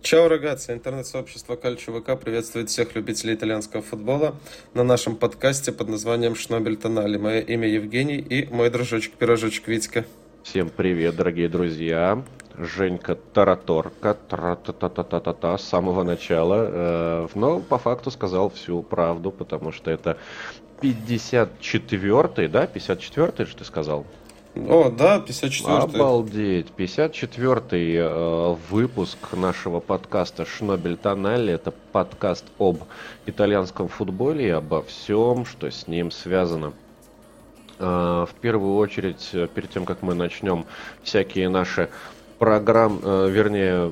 Чао, рогатцы! Интернет-сообщество Calcio ВК приветствует всех любителей итальянского футбола на нашем подкасте под названием «Шнобель Тонали». Мое имя Евгений и мой дружочек-пирожочек Витька. Всем привет, дорогие друзья! Женька Тараторка, тра-та-та-та-та-та с самого начала, но по факту сказал всю правду, потому что это 54-й, да? 54-й же ты сказал? О, да, 54-й. Обалдеть! 54-й выпуск нашего подкаста «Шнобель Тонали». Это подкаст об итальянском футболе и обо всем, что с ним связано. В первую очередь, перед тем, как мы начнем всякие наши программные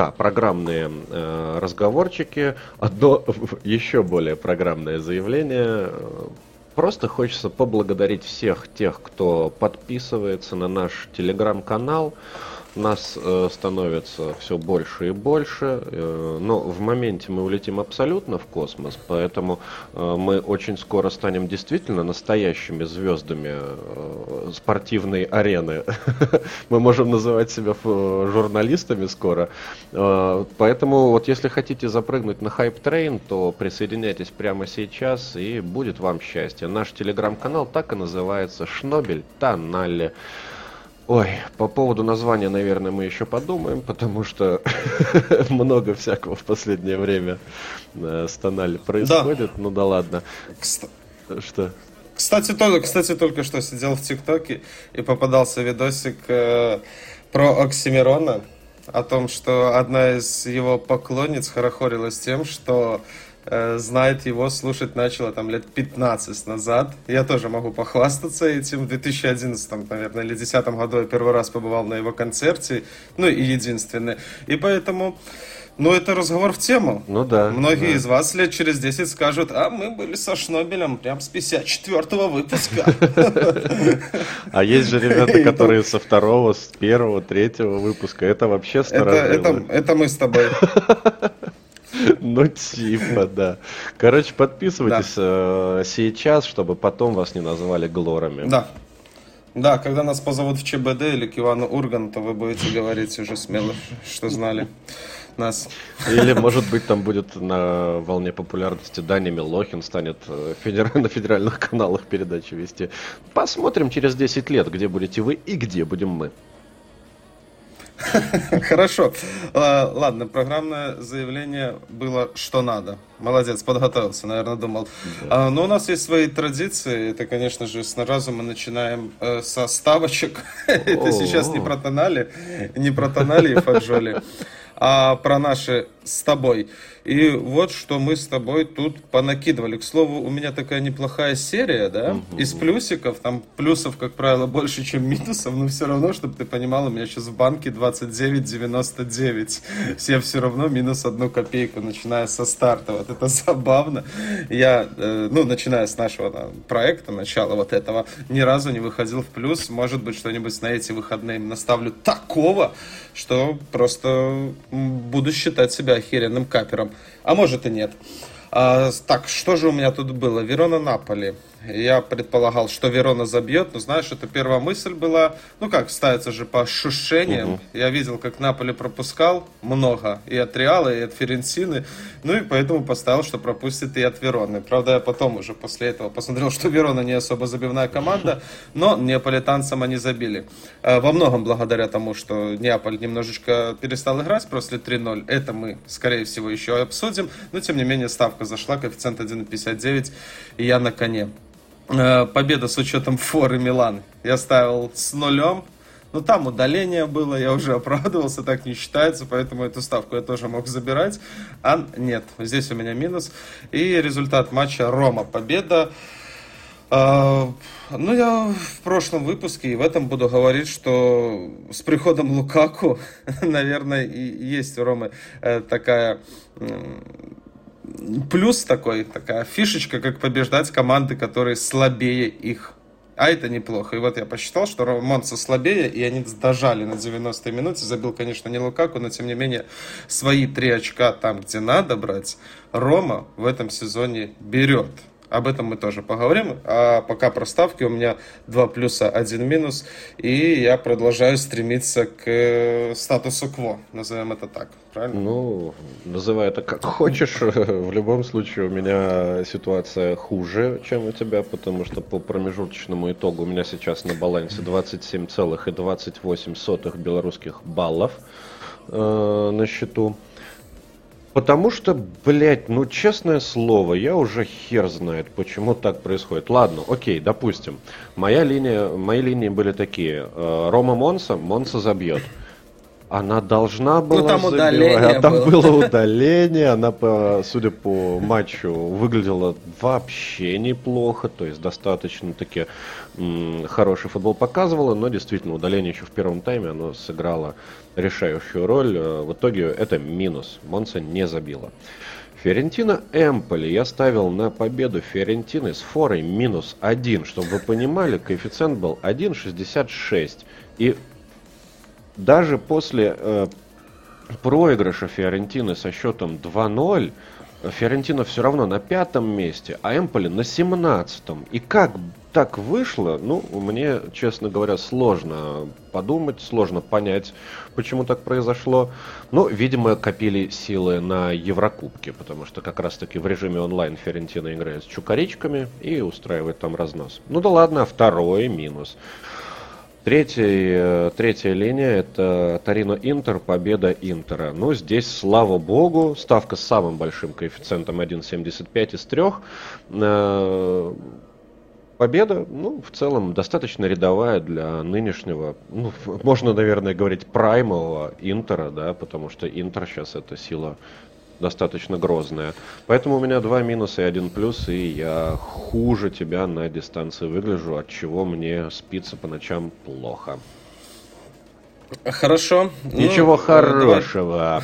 разговорчики, одно еще более программное заявление. Просто хочется поблагодарить всех тех, кто подписывается на наш телеграм-канал. Нас становится все больше и больше, но в моменте мы улетим абсолютно в космос, поэтому мы очень скоро станем действительно настоящими звездами спортивной арены. Мы можем называть себя журналистами скоро, поэтому вот если хотите запрыгнуть на хайп-трейн, то присоединяйтесь прямо сейчас и будет вам счастье. Наш телеграм-канал так и называется «Шнобель Тонали». Ой, по поводу названия, наверное, мы еще подумаем, потому что много всякого в последнее время с Тонали происходит. Да. Ну да ладно. Что? Кстати, только что сидел в ТикТоке и попадался видосик про Оксимирона, о том, что одна из его поклонниц хорохорилась тем, что знает его, слушать начала там лет 15 назад. Я тоже могу похвастаться этим. В 2011, наверное, или 2010 году я первый раз побывал на его концерте. Ну и единственный. И поэтому, это разговор в тему. Ну да. Многие из вас лет через 10 скажут: а мы были со Шнобелем прям с 54-го выпуска. А есть же ребята, которые со второго, с первого, третьего выпуска. Это вообще старое. Это мы с тобой. Ну, типа, да. Короче, подписывайтесь сейчас, чтобы потом вас не называли глорами. Да, когда нас позовут в ЧБД или к Ивану Урганту, вы будете говорить уже смело, что знали нас. Или, может быть, там будет на волне популярности Даня Милохин станет на федеральных каналах передачи вести. Посмотрим через 10 лет, где будете вы и где будем мы. Хорошо. Ладно, программное заявление было что надо. Молодец, подготовился, наверное, думал. Да. Но у нас есть свои традиции. Это, конечно же, сразу мы начинаем со ставочек. Это сейчас не про Тонали и Фаджоли, а про наши с тобой. И вот что мы с тобой тут понакидывали. К слову, у меня такая неплохая серия, да, из плюсиков. Там плюсов, как правило, больше, чем минусов, но все равно, чтобы ты понимал, у меня сейчас в банке 29,99. Я все равно минус 1 копейку, начиная со старта. Вот это забавно. Я, начиная с нашего проекта, начала вот этого, ни разу не выходил в плюс. Может быть, что-нибудь на эти выходные наставлю такого, что просто буду считать себя охеренным капером. А может и нет. Так, что же у меня тут было? Верона-Наполи. Я предполагал, что Верона забьет, но знаешь, это первая мысль была, ставится же по ощущениям. Я видел, как Наполи пропускал много и от Реала, и от Ференцины, и поэтому поставил, что пропустит и от Вероны. Правда, я потом уже после этого посмотрел, что Верона не особо забивная команда, но неаполитанцам они забили. Во многом благодаря тому, что Неаполь немножечко перестал играть после 3-0. Это мы, скорее всего, еще обсудим, но тем не менее ставка зашла, коэффициент 1,59, и я на коне. Победа с учетом форы Милан. Я ставил с 0. Там удаление было, я уже оправдывался, так не считается, поэтому эту ставку я тоже мог забирать. А нет, здесь у меня минус. И результат матча: Рома победа. Я в прошлом выпуске и в этом буду говорить, что с приходом Лукаку, наверное, и есть у Ромы такая... Плюс такая фишечка, как побеждать команды, которые слабее их. А это неплохо. И вот я посчитал, что Монца слабее, и они дожали на 90-й минуте. Забил, конечно, не Лукаку, но тем не менее свои 3 очка там, где надо брать, Рома в этом сезоне берет. Об этом мы тоже поговорим. А пока про ставки. У меня 2 плюса, 1 минус. И я продолжаю стремиться к статусу кво. Назовем это так. Правильно? Ну, называй это как хочешь. В любом случае у меня ситуация хуже, чем у тебя, потому что по промежуточному итогу у меня сейчас на балансе 27,28 белорусских баллов на счету. Потому что, блядь, ну честное слово, я уже хер знает, почему так происходит. Ладно, окей, допустим. Мои линии были такие. Рома Монса забьет. Она должна была там забивать, там было удаление, она, судя по матчу, выглядела вообще неплохо, то есть достаточно-таки хороший футбол показывала, но действительно удаление еще в первом тайме, оно сыграло решающую роль, в итоге это минус, Монса не забила. Фиорентина Эмполи я ставил на победу Фиорентины с форой -1, чтобы вы понимали, коэффициент был 1,66, и даже после проигрыша Фиорентины со счетом 2-0, Фиорентина все равно на 5-м месте, а Эмполи на 17-м. И как так вышло, ну, мне, честно говоря, сложно подумать, сложно понять, почему так произошло. Но, видимо, копили силы на Еврокубке, потому что как раз-таки в режиме онлайн Фиорентина играет с чукаричками и устраивает там разнос. Ну да ладно, второй минус. Третья линия – это Торино-Интер, победа Интера. Ну, здесь, слава богу, ставка с самым большим коэффициентом 1,75 из 3. Победа, ну, в целом, достаточно рядовая для нынешнего, ну, можно, наверное, говорить, праймового Интера, да, потому что Интер сейчас это сила достаточно грозная. Поэтому у меня 2 минуса и 1 плюс, и я хуже тебя на дистанции выгляжу, от чего мне спится по ночам плохо. Хорошо. Ничего хорошего.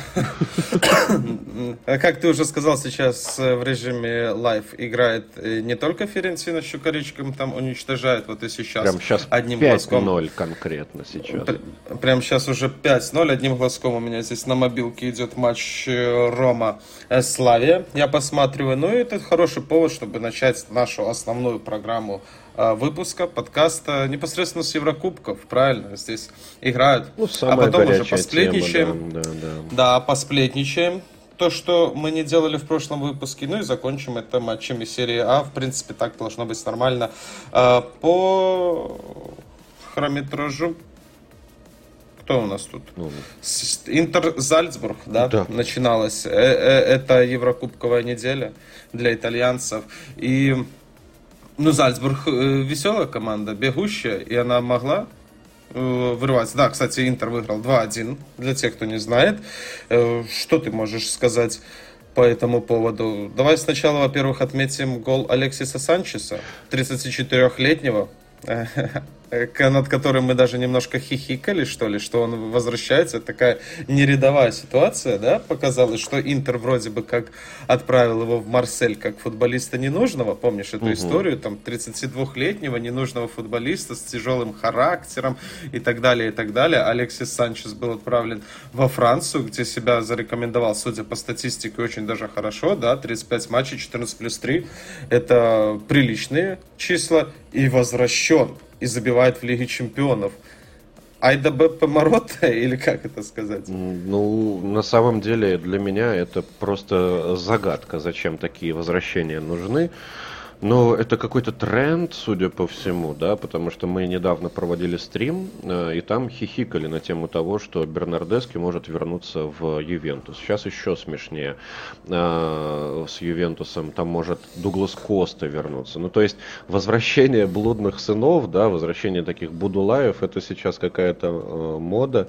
Как ты уже сказал, сейчас в режиме лайв играет не только Фиорентина с чукаричком, там уничтожает, вот и сейчас. Прям сейчас одним 5-0 глазком. конкретно сейчас. Прям сейчас уже 5-0, одним глазком у меня здесь на мобилке идет матч Рома-Славия. Я посматриваю, ну и это хороший повод, чтобы начать нашу основную программу выпуска, подкаста непосредственно с Еврокубков, правильно? Здесь играют, ну, а потом уже посплетничаем. Тема, да, посплетничаем. То, что мы не делали в прошлом выпуске, ну и закончим это матчами серии А. В принципе, так должно быть нормально. По хронометражу кто у нас тут? Интер Зальцбург, да, начиналась. Это Еврокубковая неделя для итальянцев. И ну, Зальцбург веселая команда, бегущая, и она могла вырваться. Да, кстати, Интер выиграл 2-1, для тех, кто не знает. Что ты можешь сказать по этому поводу? Давай сначала, во-первых, отметим гол Алексиса Санчеса, 34-летнего, над которым мы даже немножко хихикали, что ли, что он возвращается. Такая нерядовая ситуация, да, показалось, что Интер вроде бы как отправил его в Марсель как футболиста ненужного, помнишь эту историю, там, 32-летнего ненужного футболиста с тяжелым характером и так далее, и так далее. Алексис Санчес был отправлен во Францию, где себя зарекомендовал, судя по статистике, очень даже хорошо, да, 35 матчей, 14+3, это приличные числа, и возвращен, и забивает в Лиге Чемпионов. Айда Беппе Маротта, или как это сказать? Ну, на самом деле, для меня это просто загадка, зачем такие возвращения нужны. Но это какой-то тренд, судя по всему, да, потому что мы недавно проводили стрим, и там хихикали на тему того, что Бернардески может вернуться в Ювентус. Сейчас еще смешнее с Ювентусом, там может Дуглас Коста вернуться. Ну, то есть, возвращение блудных сынов, да, возвращение таких будулаев, это сейчас какая-то мода.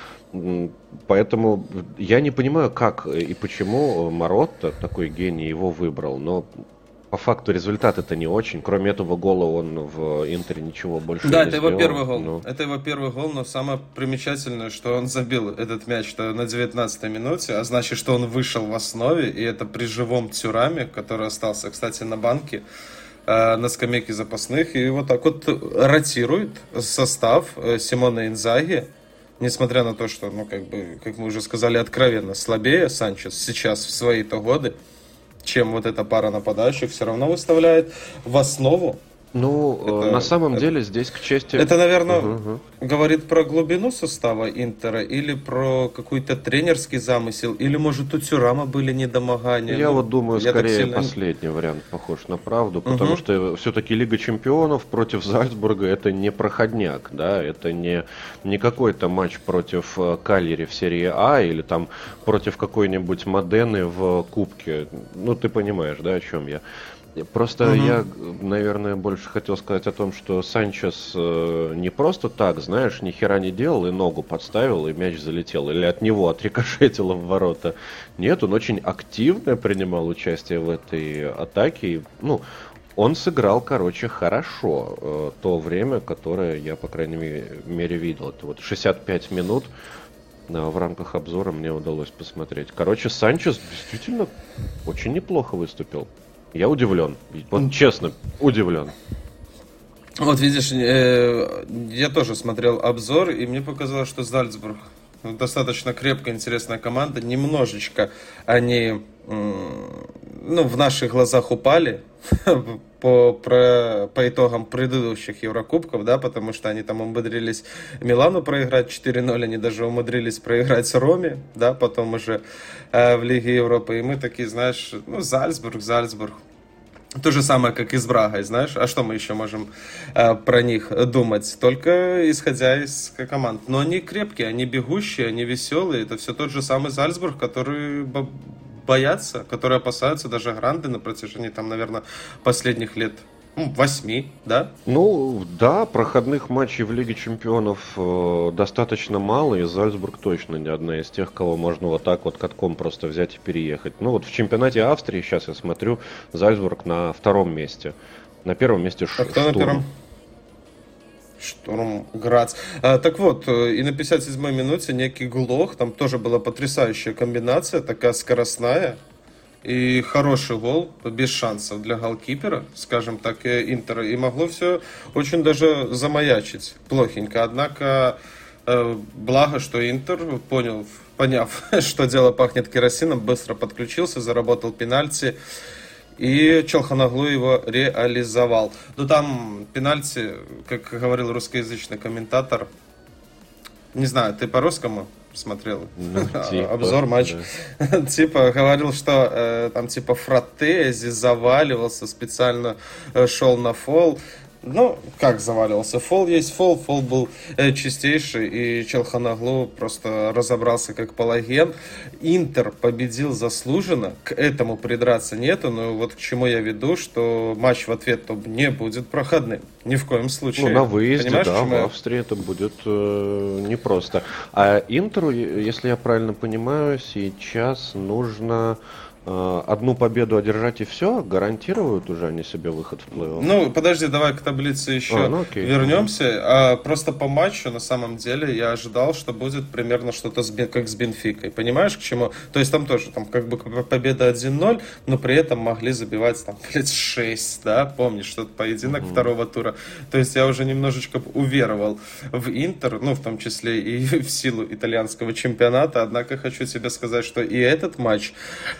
Поэтому я не понимаю, как и почему Маротта, такой гений, его выбрал, но по факту результат это не очень. Кроме этого гола он в Интере ничего больше не сделал. Да, это его первый гол. Ну. Это его первый гол, но самое примечательное, что он забил этот мяч на 19-й минуте, а значит, что он вышел в основе, и это при живом Тюраме, который остался, кстати, на банке, на скамейке запасных, и вот так вот ротирует состав Симона Инзаги, несмотря на то, что, ну, как бы, как мы уже сказали, откровенно слабее Санчес сейчас в свои-то годы. чем вот эта пара нападающих, все равно выставляет в основу. Ну, на самом деле здесь к чести... Это, наверное, говорит про глубину состава Интера или про какой-то тренерский замысел, или, может, у Тюрама были недомогания. Я вот думаю, скорее последний вариант похож на правду, потому что все-таки Лига Чемпионов против Зальцбурга это не проходняк, да, это не какой-то матч против Кальяри в серии А или там против какой-нибудь Модены в Кубке. Ну, ты понимаешь, да, о чем я. Просто я, наверное, больше хотел сказать о том, что Санчес не просто так, знаешь, ни хера не делал и ногу подставил, и мяч залетел, или от него отрикошетило в ворота. Нет, он очень активно принимал участие в этой атаке. Ну, он сыграл, короче, хорошо то время, которое я, по крайней мере, видел. Это вот 65 минут в рамках обзора мне удалось посмотреть. Короче, Санчес действительно очень неплохо выступил. Я удивлен. Вот честно, удивлен. Вот видишь, я тоже смотрел обзор, и мне показалось, что Зальцбург достаточно крепкая, интересная команда. Немножечко они в наших глазах упали по итогам предыдущих Еврокубков, да, потому что они там умудрились Милану проиграть 4-0, они даже умудрились проиграть Роме, да, потом уже в Лиге Европы. И мы такие, знаешь, Зальцбург. То же самое, как и с Брагой, знаешь. А что мы еще можем про них думать? Только исходя из команд. Но они крепкие, они бегущие, они веселые. Это все тот же самый Зальцбург, который боятся, которые опасаются даже Гранды на протяжении, там, наверное, последних лет 8, да? Ну, да, проходных матчей в Лиге Чемпионов достаточно мало, и Зальцбург точно не одна из тех, кого можно вот так вот катком просто взять и переехать. Ну, вот в чемпионате Австрии, сейчас я смотрю, Зальцбург на втором месте. На первом месте Штурм. Кто на первом? Штурм Грац. Так вот, и на 57-й минуте некий Глох, там тоже была потрясающая комбинация, такая скоростная. И хороший гол, без шансов для голкипера, скажем так, Интера. И могло все очень даже замаячить плохенько. Однако, благо, что Интер, поняв, что дело пахнет керосином, быстро подключился, заработал пенальти. И Чалханоглу его реализовал. Ну там пенальти, как говорил русскоязычный комментатор, не знаю, ты по-русскому смотрел обзор матча, да. Типа говорил, что там типа Фратези заваливался, специально шел на фол. Ну, как заваливался? Фол есть фол был чистейший, и Чалханоглу просто разобрался как палаген. Интер победил заслуженно, к этому придраться нету, но вот к чему я веду, что матч в ответ не будет проходным, ни в коем случае. Ну, на выезде, понимаешь, да, в Австрии это будет непросто. А Интеру, если я правильно понимаю, сейчас нужно... одну победу одержать и все? Гарантируют уже они себе выход в плей-офф? Ну, подожди, давай к таблице еще вернемся. Просто по матчу, на самом деле, я ожидал, что будет примерно что-то как с Бенфикой. Понимаешь, к чему? То есть там тоже как бы победа 1-0, но при этом могли забивать там 6, да? Помнишь, что-то поединок второго тура. То есть я уже немножечко уверовал в Интер, в том числе и в силу итальянского чемпионата. Однако хочу тебе сказать, что и этот матч,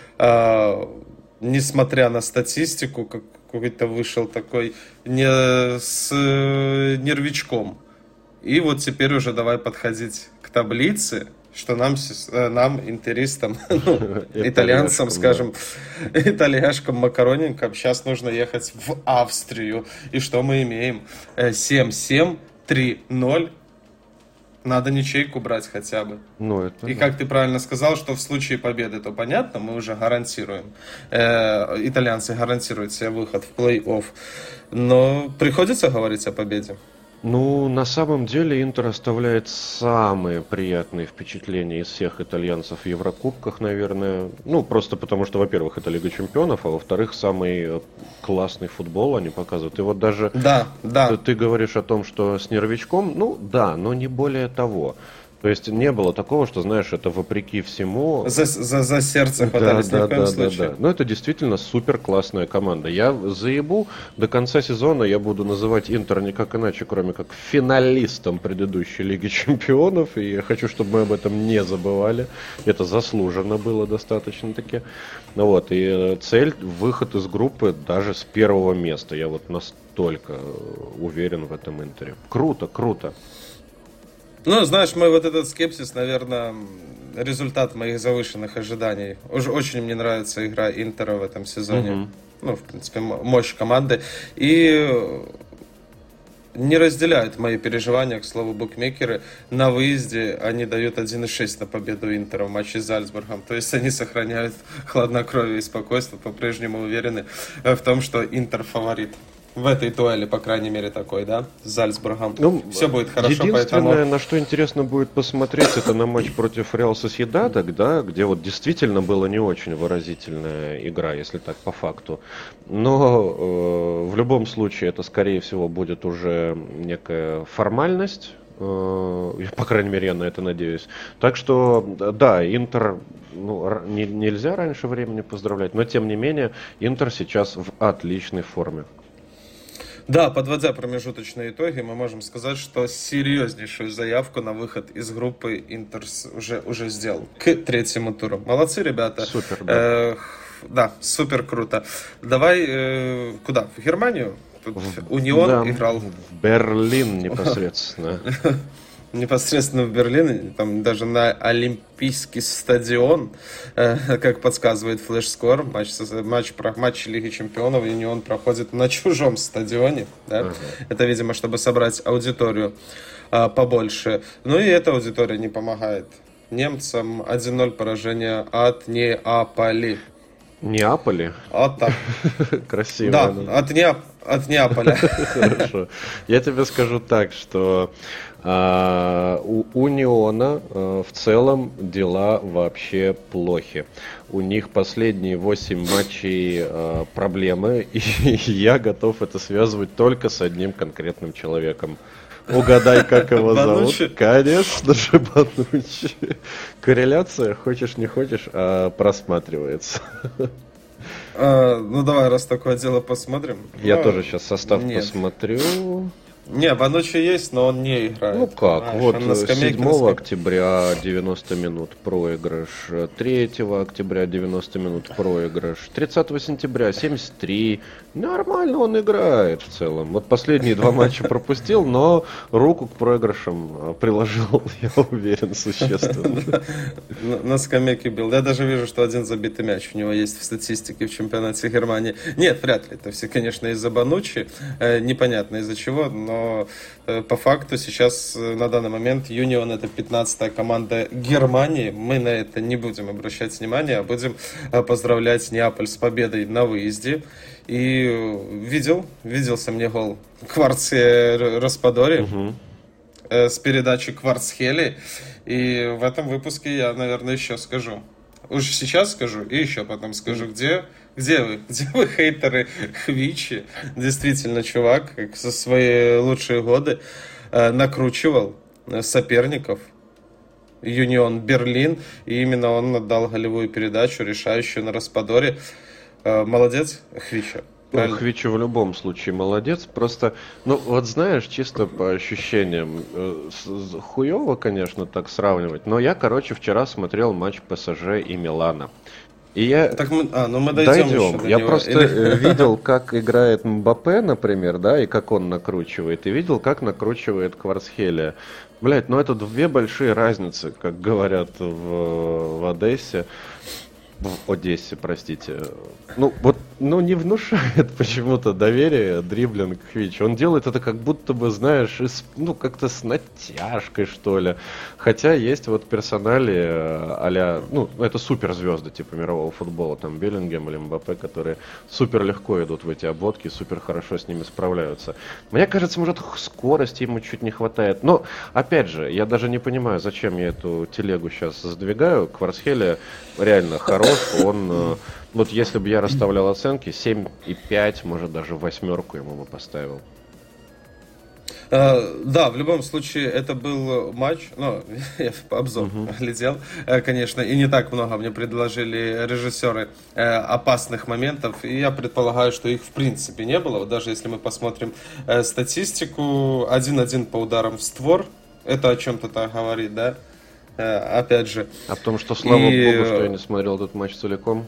несмотря на статистику, какой-то вышел такой не с нервичком. И вот теперь уже давай подходить к таблице, что нам интеристам, итальянцам, скажем, итальяшкам, макаронинкам, сейчас нужно ехать в Австрию. И что мы имеем? 7-7, 3-0. Надо ничейку брать хотя бы. И как ты правильно сказал, что в случае победы, то понятно, мы уже гарантируем. Итальянцы гарантируют себе выход в плей-офф. Но приходится говорить о победе. Ну, на самом деле, Интер оставляет самые приятные впечатления из всех итальянцев в Еврокубках, наверное. Ну, просто потому что, во-первых, это Лига Чемпионов, а во-вторых, самый классный футбол они показывают. И вот даже да. Ты говоришь о том, что с нервичком, ну да, но не более того. То есть не было такого, что, знаешь, это вопреки всему. За сердце хватались, ни в коем случае. Да. Но это действительно супер классная команда. Я заебу, до конца сезона я буду называть Интер никак иначе, кроме как финалистом предыдущей Лиги Чемпионов. И я хочу, чтобы мы об этом не забывали. Это заслуженно было достаточно-таки. Ну вот, и цель — выход из группы даже с первого места. Я вот настолько уверен в этом Интере. Круто. Ну, знаешь, мой вот этот скепсис, наверное, результат моих завышенных ожиданий. Уже очень мне нравится игра Интера в этом сезоне. Ну, в принципе, мощь команды. И не разделяют мои переживания, к слову, букмекеры. На выезде они дают 1,6 на победу Интера в матче с Зальцбургом. То есть они сохраняют хладнокровие и спокойствие, по-прежнему уверены в том, что Интер фаворит. В этой дуэли, по крайней мере, такой, да, с Зальцбургом. Ну, все будет хорошо, единственное, поэтому... на что интересно будет посмотреть, это на матч против Реал Сосьедада, да, где вот действительно была не очень выразительная игра, если так по факту. Но в любом случае это, скорее всего, будет уже некая формальность. По крайней мере, я на это надеюсь. Так что, да, Интер, нельзя раньше времени поздравлять, но тем не менее, Интер сейчас в отличной форме. Да, подводя промежуточные итоги, мы можем сказать, что серьезнейшую заявку на выход из группы Интер уже сделал к третьему туру. Молодцы, ребята. Супер, да. Да, супер круто. Давай куда? В Германию? Тут Унион играл. В Берлин непосредственно. Непосредственно в Берлине, там даже на Олимпийский стадион, как подсказывает флеш-скор, матч Лиги Чемпионов, Юнион проходит на чужом стадионе, да? Это, видимо, чтобы собрать аудиторию побольше. Ну и эта аудитория не помогает немцам. 1-0 поражение от Неаполя. Неаполе? Вот так. Красиво. Да, от Неаполя. Хорошо. Я тебе скажу так, что у Униона в целом дела вообще плохи. У них последние 8 матчей проблемы, и я готов это связывать только с одним конкретным человеком. Угадай, как его зовут? Конечно же, Бануччи. Корреляция, хочешь не хочешь, просматривается. Ну давай, раз такое дело, посмотрим. Я тоже сейчас состав посмотрю. Не, Бануччи есть, но он не играет. Ну как, вот 7 октября 90 минут проигрыш, 3 октября 90 минут проигрыш, 30 сентября 73. Нормально он играет в целом. Вот последние 2 матча пропустил, но руку к проигрышам приложил, я уверен, существенно. На скамейке бил. Я даже вижу, что один забитый мяч у него есть в статистике в чемпионате Германии. Нет, вряд ли. Это все, конечно, из-за Бануччи. Непонятно из-за чего, но по факту сейчас на данный момент Юнион — это 15-я команда Германии. Мы на это не будем обращать внимание, а будем поздравлять Неаполь с победой на выезде. И виделся мне гол Кварцхелия Распадори с передачи Кварцхелии. И в этом выпуске я, наверное, еще скажу. Уже сейчас скажу и еще потом скажу, где вы, хейтеры Хвичи? Действительно, чувак, как за свои лучшие годы накручивал соперников Юнион Берлин, и именно он отдал голевую передачу, решающую на Распадоре. Молодец, Хвича. Хвича в любом случае молодец, просто, вот знаешь, чисто по ощущениям, хуево, конечно, так сравнивать, но я, вчера смотрел матч ПСЖ и Милана. И я... Так мы дойдем. Я просто видел, как играет Мбаппе, например, да, и как он накручивает, и видел, как накручивает Кварцхелия. Блять, это 2 большие разницы, как говорят в Одессе. В Одессе, простите. Не внушает почему-то доверие дриблинг Хвич. Он делает это как будто бы, знаешь, как-то с натяжкой, что ли. Хотя есть вот персонали а-ля, это суперзвезды типа мирового футбола, там Беллингем или Мбаппе, которые супер легко идут в эти обводки, супер хорошо с ними справляются. Мне кажется, может, скорости ему чуть не хватает. Но, опять же, я даже не понимаю, зачем я эту телегу сейчас сдвигаю. Кварцхелия реально хорош. Он, вот если бы я расставлял оценки, 7,5, может даже 8 ему бы поставил. Да, в любом случае, это был матч, ну, я обзор глядел, конечно, и не так много мне предложили режиссеры опасных моментов, и я предполагаю, что их в принципе не было. Вот даже если мы посмотрим статистику, 1-1 по ударам в створ, это о чем-то так говорит, да? Опять же. О том, что, слава богу, что я не смотрел этот матч целиком.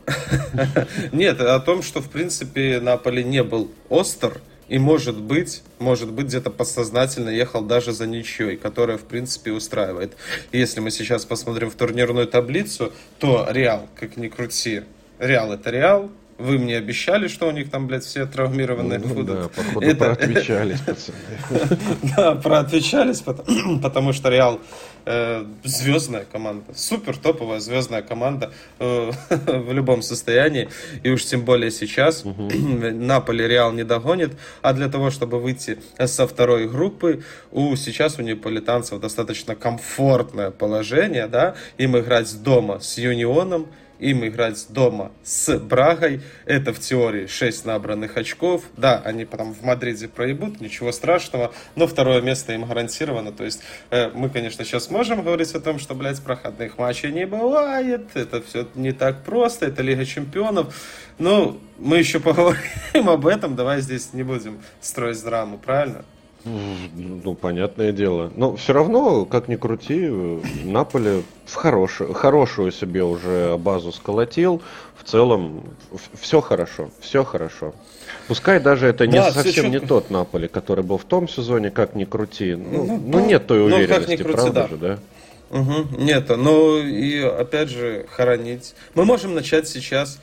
Нет, о том, что в принципе Наполи не был остр, и может быть где-то подсознательно ехал даже за ничьей, которая в принципе устраивает. И если мы сейчас посмотрим в турнирную таблицу, то Реал, как ни крути, Реал это Реал. Вы мне обещали, что у них там, блядь, все травмированные будут. Да, походу проотвечались, пацаны. Да, проотвечались, потому что Реал звездная команда, супер топовая звездная команда в любом состоянии, и уж тем более сейчас Наполи Реал не догонит, а для того, чтобы выйти со второй группы, сейчас у неаполитанцев достаточно комфортное положение, да, им играть дома с Юнионом, им играть дома с Брагой. Это в теории 6 набранных очков. Да, они потом в Мадриде проебут, ничего страшного, но второе место им гарантировано. То есть мы, конечно, сейчас можем говорить о том, что, блядь, проходных матчей не бывает, это все не так просто, это Лига Чемпионов. Но мы еще поговорим об этом, давай здесь не будем строить драму, правильно? Ну, понятное дело. Но все равно, как ни крути, Наполе хорошую себе уже базу сколотил. В целом, все хорошо, все хорошо. Пускай даже это не совсем не тот Наполе, который был в том сезоне, как ни крути. Ну нет той уверенности, правда же, да? Нет, но и опять же хоронить. Мы можем начать сейчас.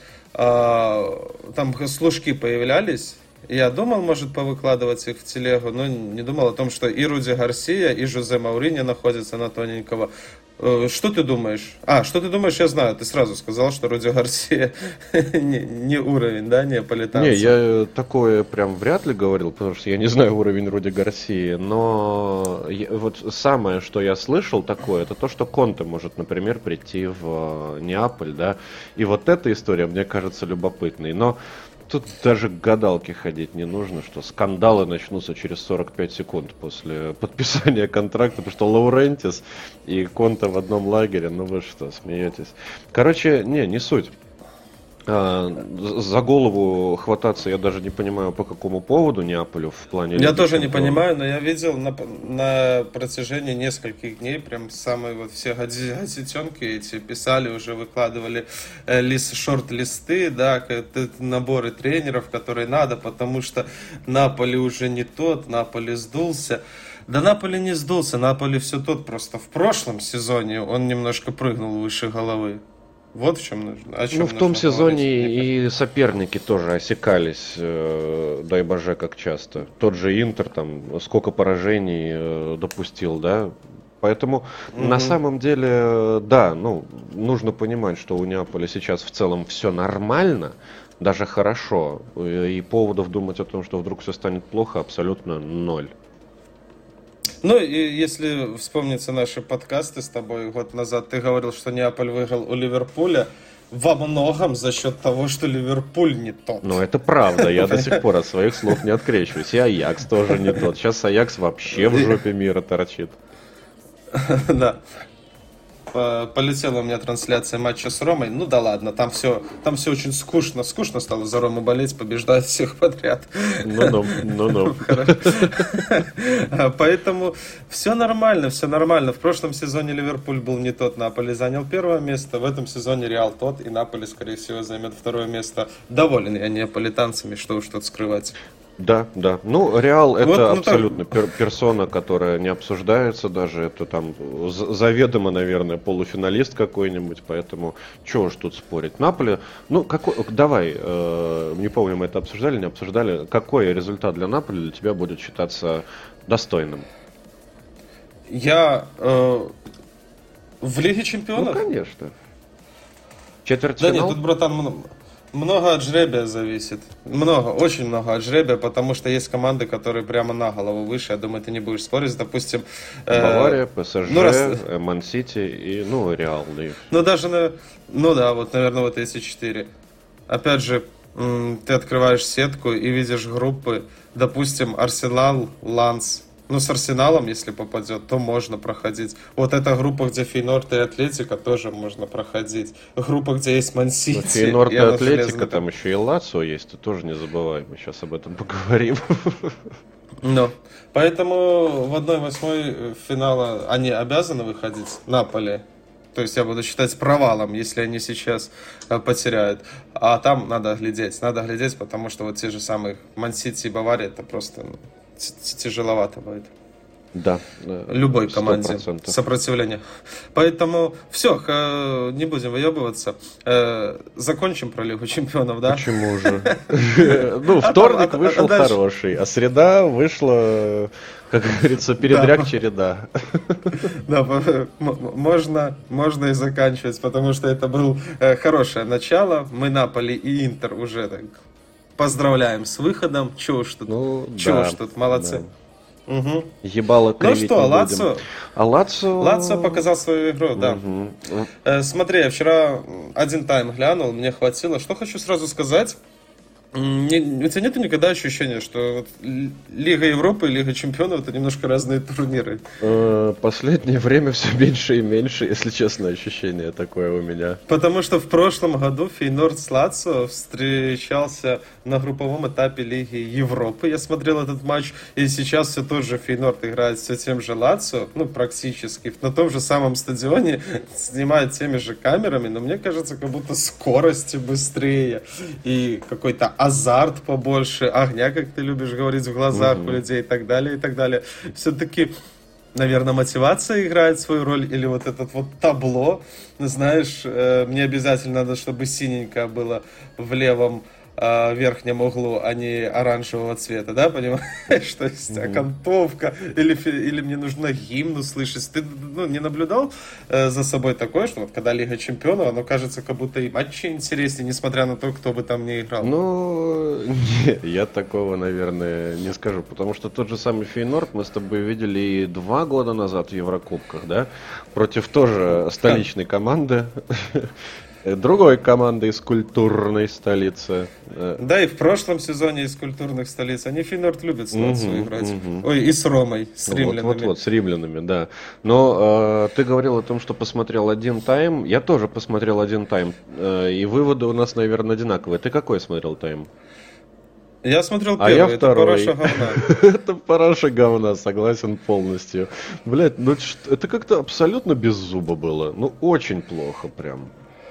Там служки появлялись. Я думал, может, повыкладывать их в телегу, но не думал о том, что и Руди Гарсия, и Жозе Мауриньо находятся на тоненького. Что ты думаешь? Что ты думаешь, я знаю. Ты сразу сказал, что Руди Гарсия не уровень, да, неаполитанца. Не, я такое прям вряд ли говорил, потому что я не знаю уровень Руди Гарсии, но вот самое, что я слышал такое, это то, что Конте может, например, прийти в Неаполь, да, и вот эта история мне кажется любопытной, но тут даже к гадалке ходить не нужно, что скандалы начнутся через 45 секунд после подписания контракта, потому что Лаурентис и Конте в одном лагере, ну вы что, смеетесь? Короче, не суть. За голову хвататься я даже не понимаю, по какому поводу Неаполю в плане... Я тоже не понимаю, но я видел на протяжении нескольких дней прям самые вот все газетенки эти писали, уже выкладывали шорт-листы, да, наборы тренеров, которые надо, потому что Наполи уже не тот, Наполи сдулся. Да Наполи не сдулся, Наполи все тот, просто в прошлом сезоне он немножко прыгнул выше головы. Вот в чем нужно. Ну, в том сезоне и соперники тоже осекались, дай боже, как часто. Тот же Интер, там, сколько поражений допустил, да. Поэтому, на самом деле, да, ну, нужно понимать, что у Неаполя сейчас в целом все нормально, даже хорошо. И поводов думать о том, что вдруг все станет плохо, абсолютно ноль. Ну, и если вспомнится наши подкасты с тобой год назад, ты говорил, что Неаполь выиграл у Ливерпуля во многом за счет того, что Ливерпуль не тот. Ну, это правда, я до сих пор от своих слов не открещиваюсь. И Аякс тоже не тот. Сейчас Аякс вообще в жопе мира торчит. Да. Полетела у меня трансляция матча с Ромой. Ну да ладно, там все очень скучно. Скучно стало за Рому болеть, побеждать всех подряд. Ну. Поэтому все нормально. В прошлом сезоне Ливерпуль был не тот, Наполи занял первое место. В этом сезоне Реал тот, и Наполи, скорее всего, займет второе место. Доволен я неаполитанцами, что уж тут скрывать. Да. Ну, Реал это абсолютно персона, которая не обсуждается даже. Это там заведомо, наверное, полуфиналист какой-нибудь, поэтому чего уж тут спорить. Наполи, ну, давай, не помню, мы это обсуждали, не обсуждали. Какой результат для Наполи для тебя будет считаться достойным? Я в Лиге Чемпионов? Ну, конечно. Четвертьфинал? Да нет, тут, братан, много от жребия зависит. Очень много от жребия, потому что есть команды, которые прямо на голову выше. Я думаю, ты не будешь спорить. Допустим... Бавария, ПСЖ, Ман-Сити и, Реал. Вот, наверное, вот эти 4. Опять же, ты открываешь сетку и видишь группы. Допустим, Арсенал, Ланс, Ну, с Арсеналом, если попадет, то можно проходить. Вот эта группа, где Фейнорд и Атлетика, тоже можно проходить. Группа, где есть Ман-Сити. Ну, Фейнорд и Атлетика, там еще и Лацио есть, ты тоже не забывай, мы сейчас об этом поговорим. Ну, поэтому в 1/8 финала они обязаны выходить, Наполи. То есть я буду считать провалом, если они сейчас потеряют. А там надо глядеть, потому что вот те же самые Ман-Сити и Бавария, это просто тяжеловато будет. Да. Любой команде 100%. сопротивление. Поэтому все, не будем выебываться. Закончим про Лигу Чемпионов, да? Почему же? Ну, вторник вышел хороший, а среда вышла, как говорится, передряг-череда. Да, можно и заканчивать, потому что это было хорошее начало. Мы Наполи и Интер уже так поздравляем с выходом. Чего уж тут, молодцы. Угу. Ебало кривить. Ну что, Лацио Лацио показал свою игру, да. Смотри, я вчера один тайм глянул, мне хватило. Что хочу сразу сказать. У тебя нет никогда ощущения, что вот Лига Европы и Лига Чемпионов это немножко разные турниры? Последнее время все меньше и меньше, если честно, ощущение такое у меня. Потому что в прошлом году Фейнорд с Лацио встречался на групповом этапе Лиги Европы. Я смотрел этот матч, и сейчас все тот же Фейнорд играет все тем же Лацио, ну практически, на том же самом стадионе, снимает теми же камерами, но мне кажется, как будто скорости быстрее и какой-то азарт побольше, огня, как ты любишь говорить, в глазах у людей и так далее, и так далее. Все-таки, наверное, мотивация играет свою роль, или вот этот вот табло, знаешь, мне обязательно надо, чтобы синенькое было в левом верхнем углу, а не оранжевого цвета, да, понимаешь? То есть окантовка, или мне нужно гимн услышать. Ты не наблюдал за собой такое, что вот когда Лига Чемпионов, оно кажется, как будто и матчи интереснее, несмотря на то, кто бы там не играл? Ну, я такого, наверное, не скажу, потому что тот же самый Фейнорд мы с тобой видели и 2 года назад в Еврокубках, да, против тоже столичной команды. Другой команды из культурной столицы. Да, и в прошлом сезоне из культурных столиц. Они Фейнорд любят с Лацио играть. Ой, и с Ромой, с римлянами. Вот, с римлянами, да. Но ты говорил о том, что посмотрел один тайм. Я тоже посмотрел один тайм. И выводы у нас, наверное, одинаковые. Ты какой смотрел тайм? Я смотрел первый, я второй. Это параша говна. Это параша говна, согласен полностью. Блять, ну это как-то абсолютно без зуба было. Ну, очень плохо прям.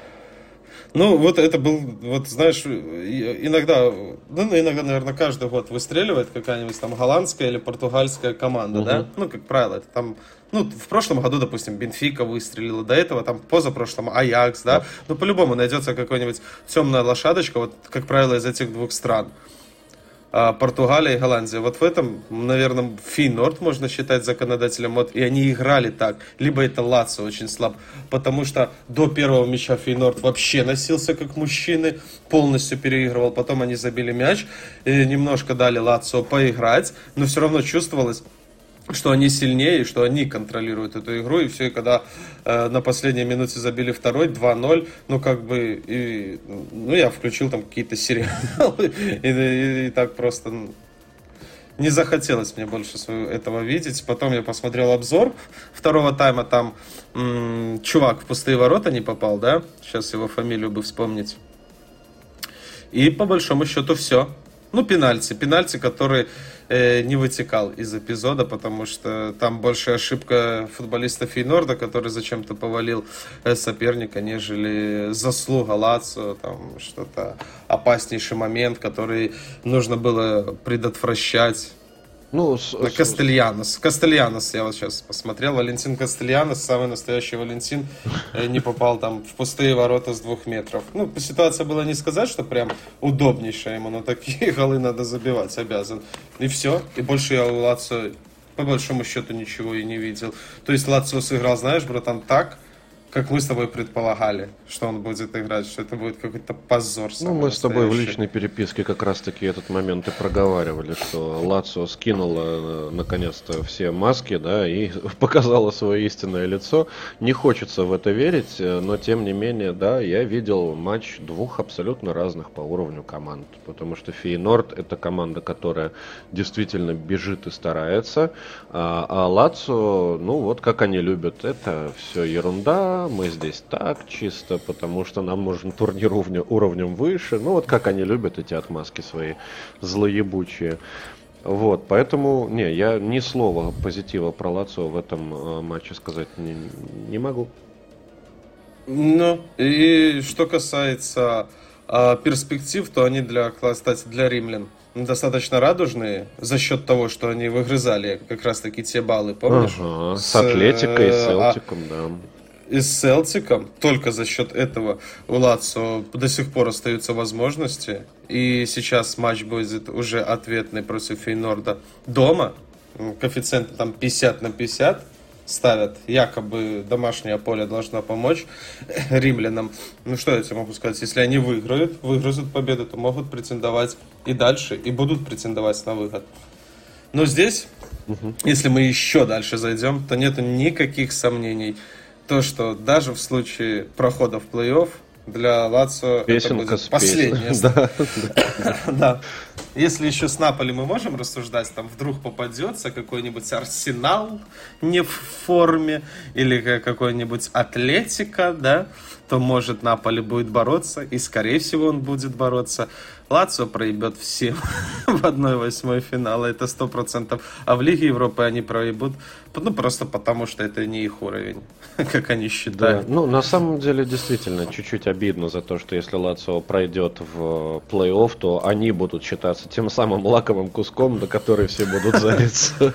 Ну, вот это был, вот знаешь, иногда, наверное, каждый год выстреливает какая-нибудь там голландская или португальская команда, да? Ну, как правило, это там, ну, в прошлом году, допустим, Бенфика выстрелила, до этого там позапрошлом Аякс, да? Ну, по-любому найдется какая-нибудь темная лошадочка, вот, как правило, из этих двух стран. Португалия и Голландия. Вот в этом, наверное, Фейнорд можно считать законодателем. Вот, и они играли так. Либо это Лацио очень слаб. Потому что до первого мяча Фейнорд вообще носился как мужчины. Полностью переигрывал. Потом они забили мяч. И немножко дали Лацио поиграть. Но все равно чувствовалось, что они сильнее, что они контролируют эту игру. И все, и когда на последней минуте забили второй, 2-0, ну, как бы, я включил там какие-то сериалы, и так просто не захотелось мне больше этого видеть. Потом я посмотрел обзор второго тайма, там чувак в пустые ворота не попал, да? Сейчас его фамилию бы вспомнить. И по большому счету все. Ну, пенальти, который не вытекал из эпизода, потому что там больше ошибка футболиста Фейнорда, который зачем-то повалил соперника, нежели заслуга Лацио, там что-то опаснейший момент, который нужно было предотвращать. Ну, Кастельянос, я вот сейчас посмотрел, Валентин Кастельянос, самый настоящий Валентин, не попал там в пустые ворота с 2 метров. Ну, ситуация была не сказать, что прям удобнейшая ему, но такие голы надо забивать, обязан. И все, и больше я у Лацио по большому счету ничего и не видел. То есть Лацио сыграл, знаешь, братан, так, как мы с тобой предполагали, что он будет играть, что это будет какой-то позор. Ну, мы с тобой в личной переписке как раз-таки этот момент и проговаривали, что Лацио скинула наконец-то все маски, да, и показала свое истинное лицо. Не хочется в это верить, но тем не менее, да, я видел матч двух абсолютно разных по уровню команд, потому что Фейнорд — это команда, которая действительно бежит и старается, а Лацио, ну вот как они любят, это все ерунда. Мы здесь так, чисто потому что нам нужен турнир уровнем выше. Ну, вот как они любят эти отмазки свои злоебучие. Вот, поэтому, я ни слова позитива про Лацио в этом матче сказать не могу. Ну, и что касается перспектив, то они, кстати, для римлян достаточно радужные за счет того, что они выгрызали как раз-таки те баллы, помнишь? Ага, с Атлетикой и Селтиком, да. И с Селтиком, только за счет этого у Лацио до сих пор остаются возможности. И сейчас матч будет уже ответный против Фейнорда дома. Коэффициенты там 50/50 ставят. Якобы домашнее поле должно помочь римлянам. Ну что я тебе могу сказать? Если они выгрызут победу, то могут претендовать и дальше, и будут претендовать на выход. Но здесь, если мы еще дальше зайдем, то нету никаких сомнений. То, что даже в случае прохода в плей-офф для Лацио это будет последнее. Да. Если еще с Наполи мы можем рассуждать, там вдруг попадется какой-нибудь Арсенал не в форме, или какой-нибудь Атлетика, да, то может Наполи будет бороться, и скорее всего он будет бороться. Лацио проебет всем в 1/8 финала, это 100%. А в Лиге Европы они проебут, ну, просто потому, что это не их уровень, как они считают. Да. Ну, на самом деле, действительно, чуть-чуть обидно за то, что если Лацио пройдет в плей-офф, то они будут считаться тем самым лакомым куском, на который все будут залиться.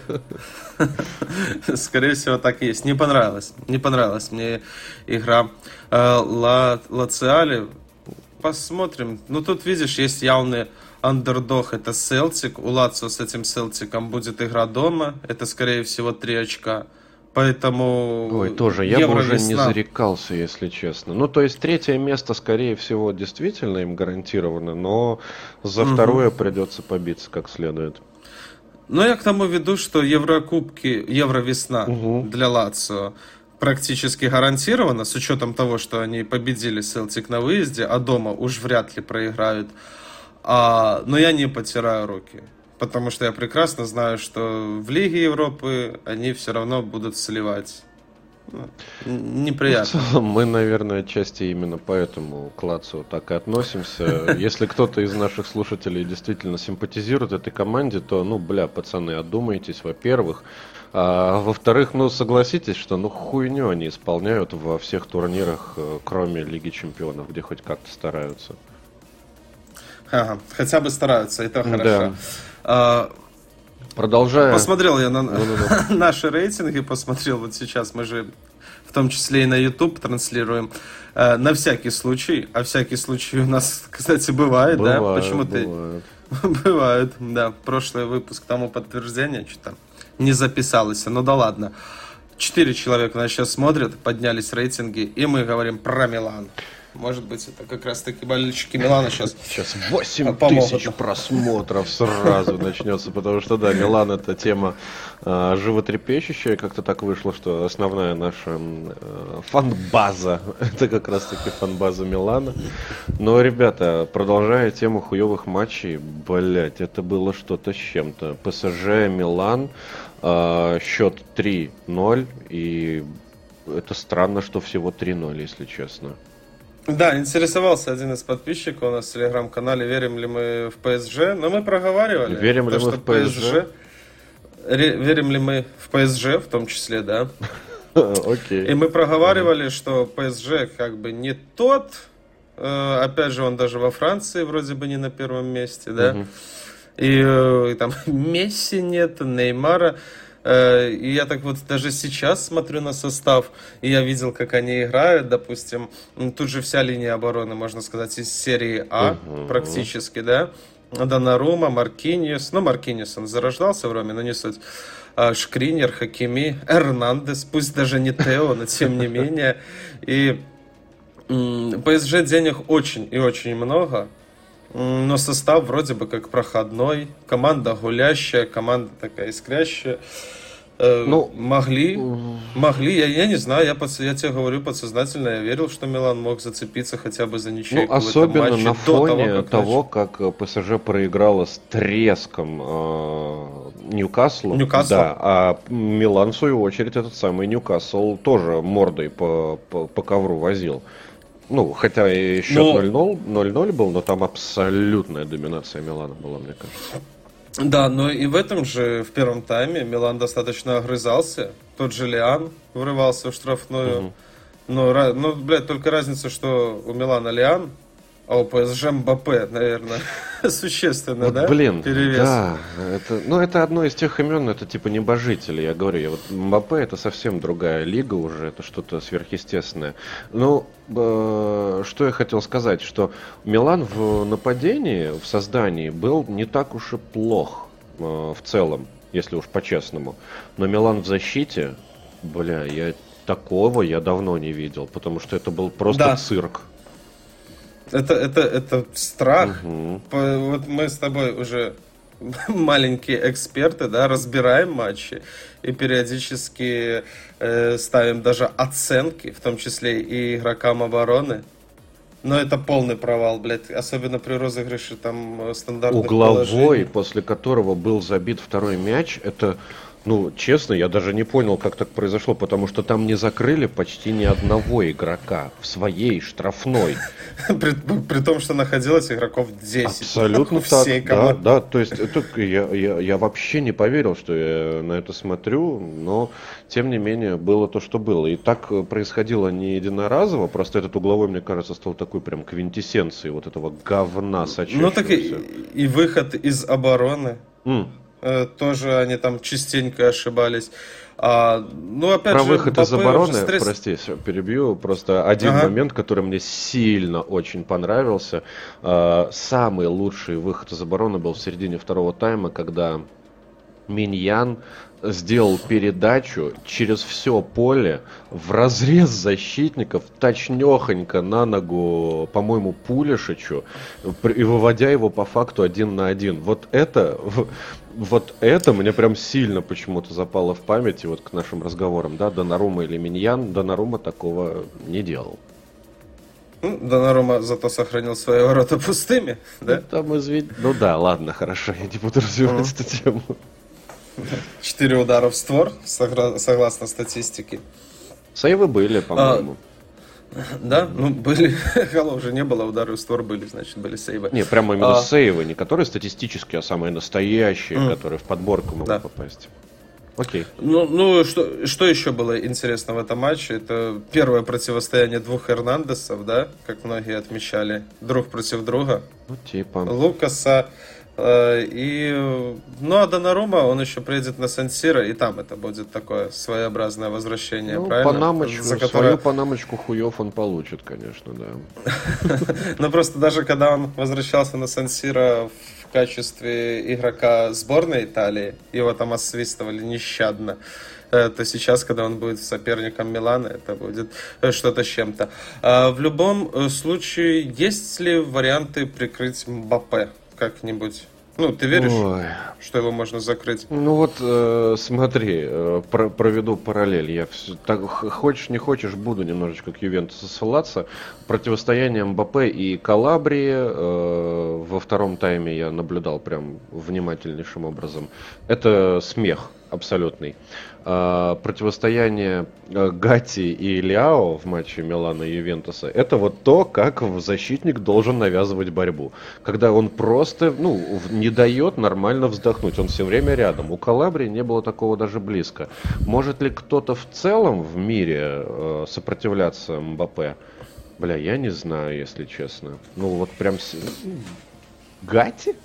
Скорее всего, так и есть. Не понравилась мне игра Лациали. Посмотрим. Ну, тут, видишь, есть явный андердог. Это Селтик. У Лацио с этим Селтиком будет игра дома. Это, скорее всего, 3 очка. Поэтому... Ой, тоже, я бы уже не зарекался, если честно. Ну, то есть, 3 место, скорее всего, действительно им гарантировано, но за второе придется побиться как следует. Ну, я к тому веду, что Еврокубки, Евровесна для Лацио практически гарантировано, с учетом того, что они победили Селтик на выезде, а дома уж вряд ли проиграют. Но я не потираю руки, потому что я прекрасно знаю, что в Лиге Европы они все равно будут сливать. Неприятно. В целом, мы, наверное, отчасти именно поэтому к Лацио так и относимся. Если кто-то из наших слушателей действительно симпатизирует этой команде, то, пацаны, одумайтесь, во-первых. А во-вторых, согласитесь, что, хуйню они исполняют во всех турнирах, кроме Лиги Чемпионов, где хоть как-то стараются. Ага, хотя бы стараются, это хорошо. Да. Продолжая. Посмотрел я на наши рейтинги, посмотрел вот сейчас, мы же в том числе и на YouTube транслируем, на всякий случай, а всякий случай у нас, кстати, бывает, да? Почему-то бывает, да. Прошлый выпуск тому подтверждение, что-то не записалось, ну да ладно. 4 человека нас сейчас смотрят, поднялись рейтинги, и мы говорим про Милан. Может быть, это как раз таки болельщики Милана сейчас 8000 просмотров сразу начнется, потому что, да, Милан — это тема животрепещущая, как-то так вышло, что основная наша фан-база — это как раз таки фан-база Милана. Но, ребята, продолжая тему хуевых матчей, это было что-то с чем-то. ПСЖ, Милан, счет 3-0, и это странно, что всего 3-0, если честно. Да, интересовался один из подписчиков у нас в телеграм-канале, верим ли мы в ПСЖ, но мы проговаривали. Верим ли мы в ПСЖ? Верим ли мы в ПСЖ, в том числе, да. Окей. И мы проговаривали, что ПСЖ как бы не тот, опять же, он даже во Франции вроде бы не на первом месте, да. И там Месси нет, Неймара. И я так вот даже сейчас смотрю на состав, и я видел, как они играют, допустим, тут же вся линия обороны, можно сказать, из серии А практически, да. Донарума, Маркиньос, Маркиньос, он зарождался в Роме, но не суть. Шкринер, Хакими, Эрнандес, пусть даже не Тео, но тем не менее. И ПСЖ денег очень и очень много, но состав вроде бы как проходной, команда гулящая, команда такая искрящая. Могли, я не знаю, я тебе говорю подсознательно, я верил, что Милан мог зацепиться хотя бы за ничью. Особенно на фоне того, как ПСЖ проиграла с треском Ньюкаслу. Да, а Милан, в свою очередь, этот самый Ньюкасл тоже мордой по ковру возил. Хотя и счет 0-0 был, но там абсолютная доминация Милана была, мне кажется. Да, но и в этом же, в первом тайме, Милан достаточно огрызался. Тот же Лиан врывался в штрафную. Только разница, что у Милана Лиан, а у ПСЖ Мбаппе, наверное, существенно, да? Перевес. Да, это одно из тех имен, это типа небожители, я говорю. Мбаппе это совсем другая лига уже, это что-то сверхъестественное. Что я хотел сказать, что Милан в нападении, в создании был не так уж и плох в целом, если уж по-честному. Но Милан в защите, такого я давно не видел, потому что это был просто цирк. Это страх. Вот мы с тобой уже маленькие эксперты, да, разбираем матчи и периодически ставим даже оценки, в том числе и игрокам обороны. Но это полный провал, особенно при розыгрыше там стандартных угловой, положений. После которого был забит второй мяч, это... честно, я даже не понял, как так произошло, потому что там не закрыли почти ни одного игрока в своей штрафной. При том, что находилось игроков 10. Абсолютно так, да. То есть я вообще не поверил, что я на это смотрю, но тем не менее было то, что было. И так происходило не единоразово, просто этот угловой, мне кажется, стал такой прям квинтэссенцией вот этого говна сочащегося. Так и выход из обороны. Тоже они там частенько ошибались. Про выход из обороны, прости, перебью, просто один момент, который мне сильно очень понравился. Самый лучший выход из обороны был в середине второго тайма, когда Миньян сделал передачу через все поле в разрез защитников, точнёхонько на ногу, по-моему, Пулишичу, и выводя его по факту 1 на 1. Вот это мне прям сильно почему-то запало в память, и к нашим разговорам, да, Донарума или Миньян. Донарума такого не делал. Донарума зато сохранил свои ворота пустыми, да? Ладно, хорошо, я не буду развивать эту тему. 4 удара в створ, согласно статистике. Сейвы были, по-моему. Да, были. Голов уже не было, удары в створ были, значит, были сейвы. Не, прямо именно сейвы, не которые статистические, а самые настоящие, которые в подборку могут попасть. Окей. Что еще было интересно в этом матче? Это первое противостояние двух Эрнандесов, да, как многие отмечали, друг против друга. Лукаса. А Донарума, он еще приедет на Сан-Сиро, и там это будет такое своеобразное возвращение, правильно? Свою панамочку хуев он получит, конечно, да. Просто даже когда он возвращался на Сан-Сиро в качестве игрока сборной Италии, его там освистывали нещадно, то сейчас, когда он будет соперником Милана, это будет что-то с чем-то. В любом случае, есть ли варианты прикрыть Мбаппе как-нибудь? Ты веришь, что его можно закрыть? Смотри, проведу параллель. Хочешь не хочешь, буду немножечко к Ювентусу ссылаться. Противостояние Мбаппе и Калабрии во втором тайме я наблюдал прям внимательнейшим образом. Это смех абсолютный. Противостояние Гатти и Ляо в матче Милана и Ювентуса, это то, как защитник должен навязывать борьбу. Когда он просто не дает нормально вздохнуть, он все время рядом. У Калабрии не было такого даже близко. Может ли кто-то в целом в мире сопротивляться Мбаппе? Я не знаю, если честно. Прям... Гатти?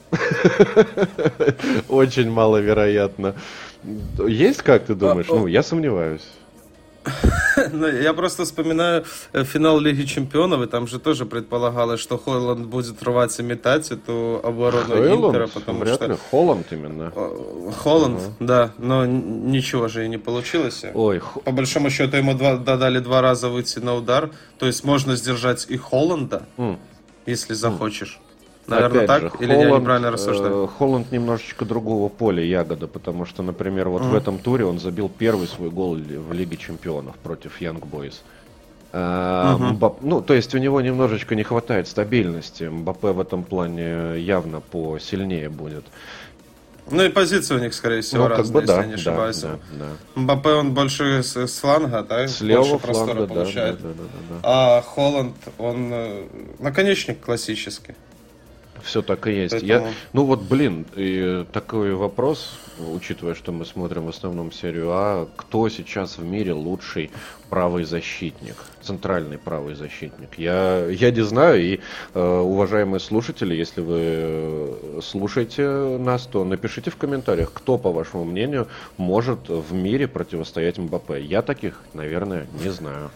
Очень маловероятно. Есть, как ты думаешь? Я сомневаюсь. Ну, я просто вспоминаю финал Лиги Чемпионов, и там же тоже предполагалось, что Хойланд будет рвать и метать эту оборону Интера, потому вряд что... ли, Холланд именно. Холланд, да, но ничего же и не получилось. Ой, По большому счету ему дали 2 раза выйти на удар, то есть можно сдержать и Холланда, если захочешь. Наверное, опять так? же, Или я неправильно рассуждаю? Холланд немножечко другого поля ягода, потому что, например, вот в этом туре он забил первый свой гол в Лиге Чемпионов против Young Boys. Ну, то есть у него немножечко не хватает стабильности. Мбаппе в этом плане явно посильнее будет. Ну и позиции у них, скорее всего, разные, если я не ошибаюсь. Да. Мбаппе, он больше с фланга, да? С левого больше простора фланга, получает. Да. А Холланд, он наконечник классический. Все так и есть. Поэтому... Ну вот, блин, и такой вопрос, учитывая, что мы смотрим в основном серию А, кто сейчас в мире лучший правый защитник, центральный правый защитник? Я не знаю, и уважаемые слушатели, если вы слушаете нас, то напишите в комментариях, кто, по вашему мнению, может в мире противостоять Мбаппе. Я таких, наверное, не знаю.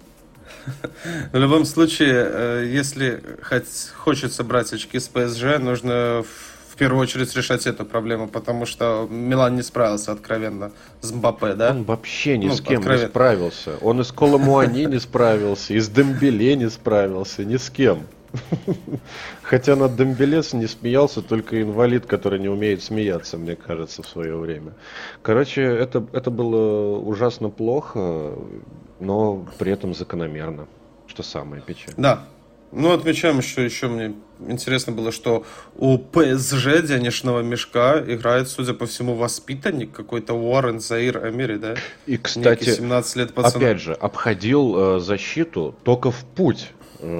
В любом случае, если хочется брать очки с ПСЖ, нужно в первую очередь решать эту проблему, потому что Милан не справился откровенно с Мбаппе, да? Он вообще ни с кем не справился. Он и с Коло Муани не справился, и с Дембеле не справился, ни с кем. Хотя над Дембеле не смеялся только инвалид, который не умеет смеяться, мне кажется, в свое время. Короче, это было ужасно плохо, но при этом закономерно, что самое печальное. Да. Ну, отмечаем еще мне интересно было, что у ПСЖ денежного мешка играет, судя по всему, воспитанник какой-то Уоррен Заир Эмери, да? И, кстати, 17 лет пацан. Опять же, обходил защиту только в путь.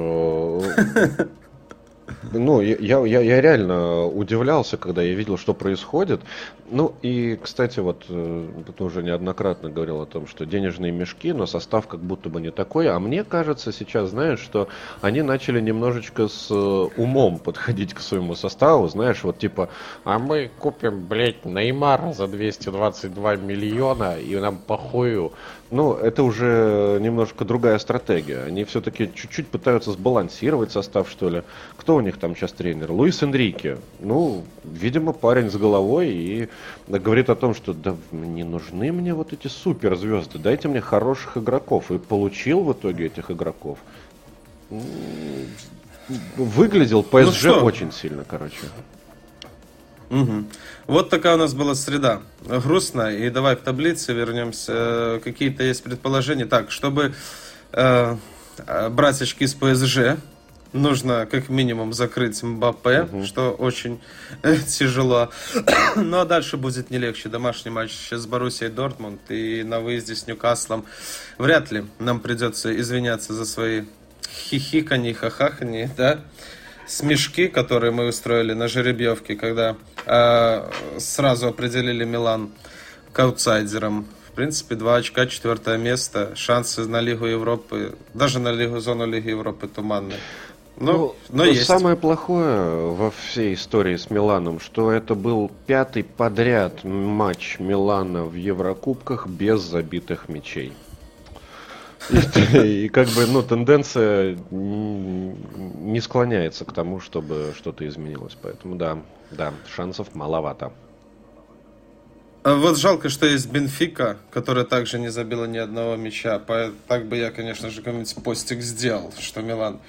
Ну, я реально удивлялся, когда я видел, что происходит. Ну, и, кстати, вот ты уже неоднократно говорил о том, что денежные мешки, но состав как будто бы не такой. А мне кажется сейчас, знаешь, что они начали немножечко с умом подходить к своему составу. Знаешь, вот типа, а мы купим, блядь, Неймара за 222 миллиона, и нам похую. Ну, это уже немножко другая стратегия. Они все-таки чуть-чуть пытаются сбалансировать состав, что ли. Кто у них там сейчас тренер? Луис Энрике. Ну, видимо, парень с головой и говорит о том, что да не нужны мне вот эти суперзвезды, дайте мне хороших игроков. И получил в итоге этих игроков. Выглядел ПСЖ очень сильно, короче. Угу. Вот такая у нас была среда. Грустно. И давай к таблице вернемся. Какие-то есть предположения. Так, чтобы брать очки с ПСЖ, нужно как минимум закрыть Мбаппе, что очень тяжело. Ну а дальше будет не легче. Домашний матч с Боруссией Дортмунд и на выезде с Ньюкаслом. Вряд ли нам придется извиняться за свои хихиканье, хахаханье, да? Смешки, которые мы устроили на жеребьевке, когда сразу определили Милан к аутсайдерам. В принципе, 2 очка, 4 место, шансы на Лигу Европы, даже на зону Лиги Европы туманные. Но есть. Самое плохое во всей истории с Миланом, что это был 5-й подряд матч Милана в Еврокубках без забитых мячей. И как бы, тенденция не склоняется к тому, чтобы что-то изменилось. Поэтому да, шансов маловато. Вот жалко, что есть Бенфика, которая также не забила ни одного мяча. Так бы я, конечно же, какой-нибудь постик сделал, что Милан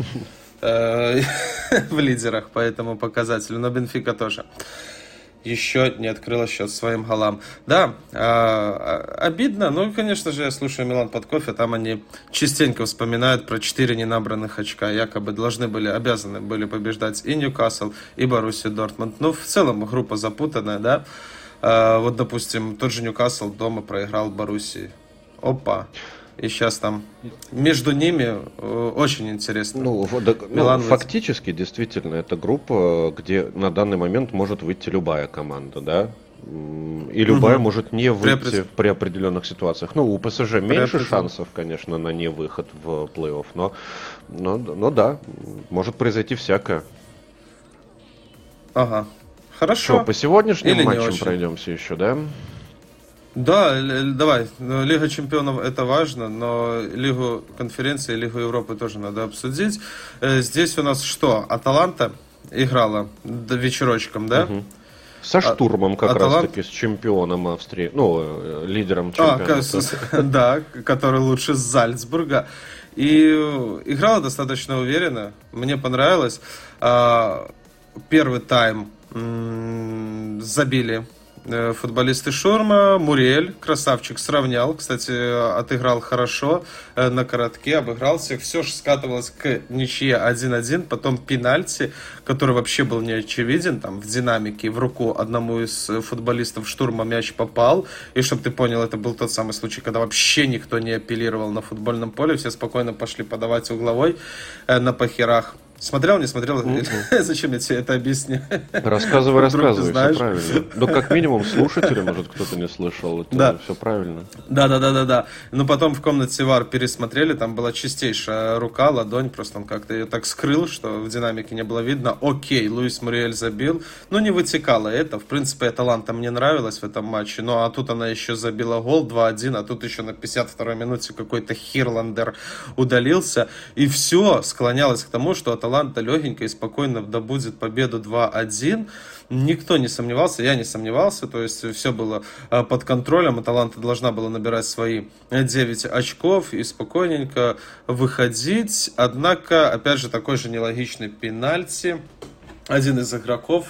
в лидерах по этому показателю. Но Бенфика тоже еще не открыла счет своим голам. Да, обидно. Ну, конечно же, я слушаю Милан под кофе. Там они частенько вспоминают про 4 ненабранных очка. Якобы обязаны были побеждать и Ньюкасл, и Боруссию Дортмунд. Ну, в целом, группа запутанная, да. Вот, допустим, тот же Ньюкасл дома проиграл Боруссии. Опа. И сейчас там между ними очень интересно. Фактически, действительно, это группа, где на данный момент может выйти любая команда, да? И любая может не выйти при определенных ситуациях. Ну, у ПСЖ меньше шансов, конечно, на невыход в плей-офф, но да, может произойти всякое. Ага. Хорошо. Что, по сегодняшним матчам пройдемся еще, да? Да, давай. Лига чемпионов это важно, но Лигу конференции, Лигу Европы тоже надо обсудить. Здесь у нас что? Аталанта играла вечерочком, да? Угу. Со штурмом как раз-таки, с чемпионом Австрии, лидером чемпионата. Да, который лучше с Зальцбурга. И играла достаточно уверенно, мне понравилось. Первый тайм забили футболисты Штурма. Муриэль, красавчик, сравнял. Кстати, отыграл хорошо на коротке, обыграл всех. Все же скатывалось к ничье 1-1. Потом пенальти, который вообще был неочевиден. Там в динамике в руку одному из футболистов Штурма мяч попал. И чтобы ты понял, это был тот самый случай, когда вообще никто не апеллировал на футбольном поле. Все спокойно пошли подавать угловой на похерах. Смотрел, не смотрел? Зачем я тебе это объясняю? Рассказывай, все правильно. Ну, как минимум, слушатели, может, кто-то не слышал, это все правильно. Да. Но потом в комнате ВАР пересмотрели, там была чистейшая рука, ладонь, просто он как-то ее так скрыл, что в динамике не было видно. Окей, Луис Муриэль забил, но не вытекало это. В принципе, Аталанта мне нравилась в этом матче, ну, а тут она еще забила гол 2-1, а тут еще на 52-й минуте какой-то Хирландер удалился, и все склонялось к тому, что Аталанта легенько и спокойно добудет победу 2-1. Никто не сомневался, я не сомневался, то есть все было под контролем. Аталанта должна была набирать свои 9 очков и спокойненько выходить. Однако, опять же, такой же нелогичный пенальти. Один из игроков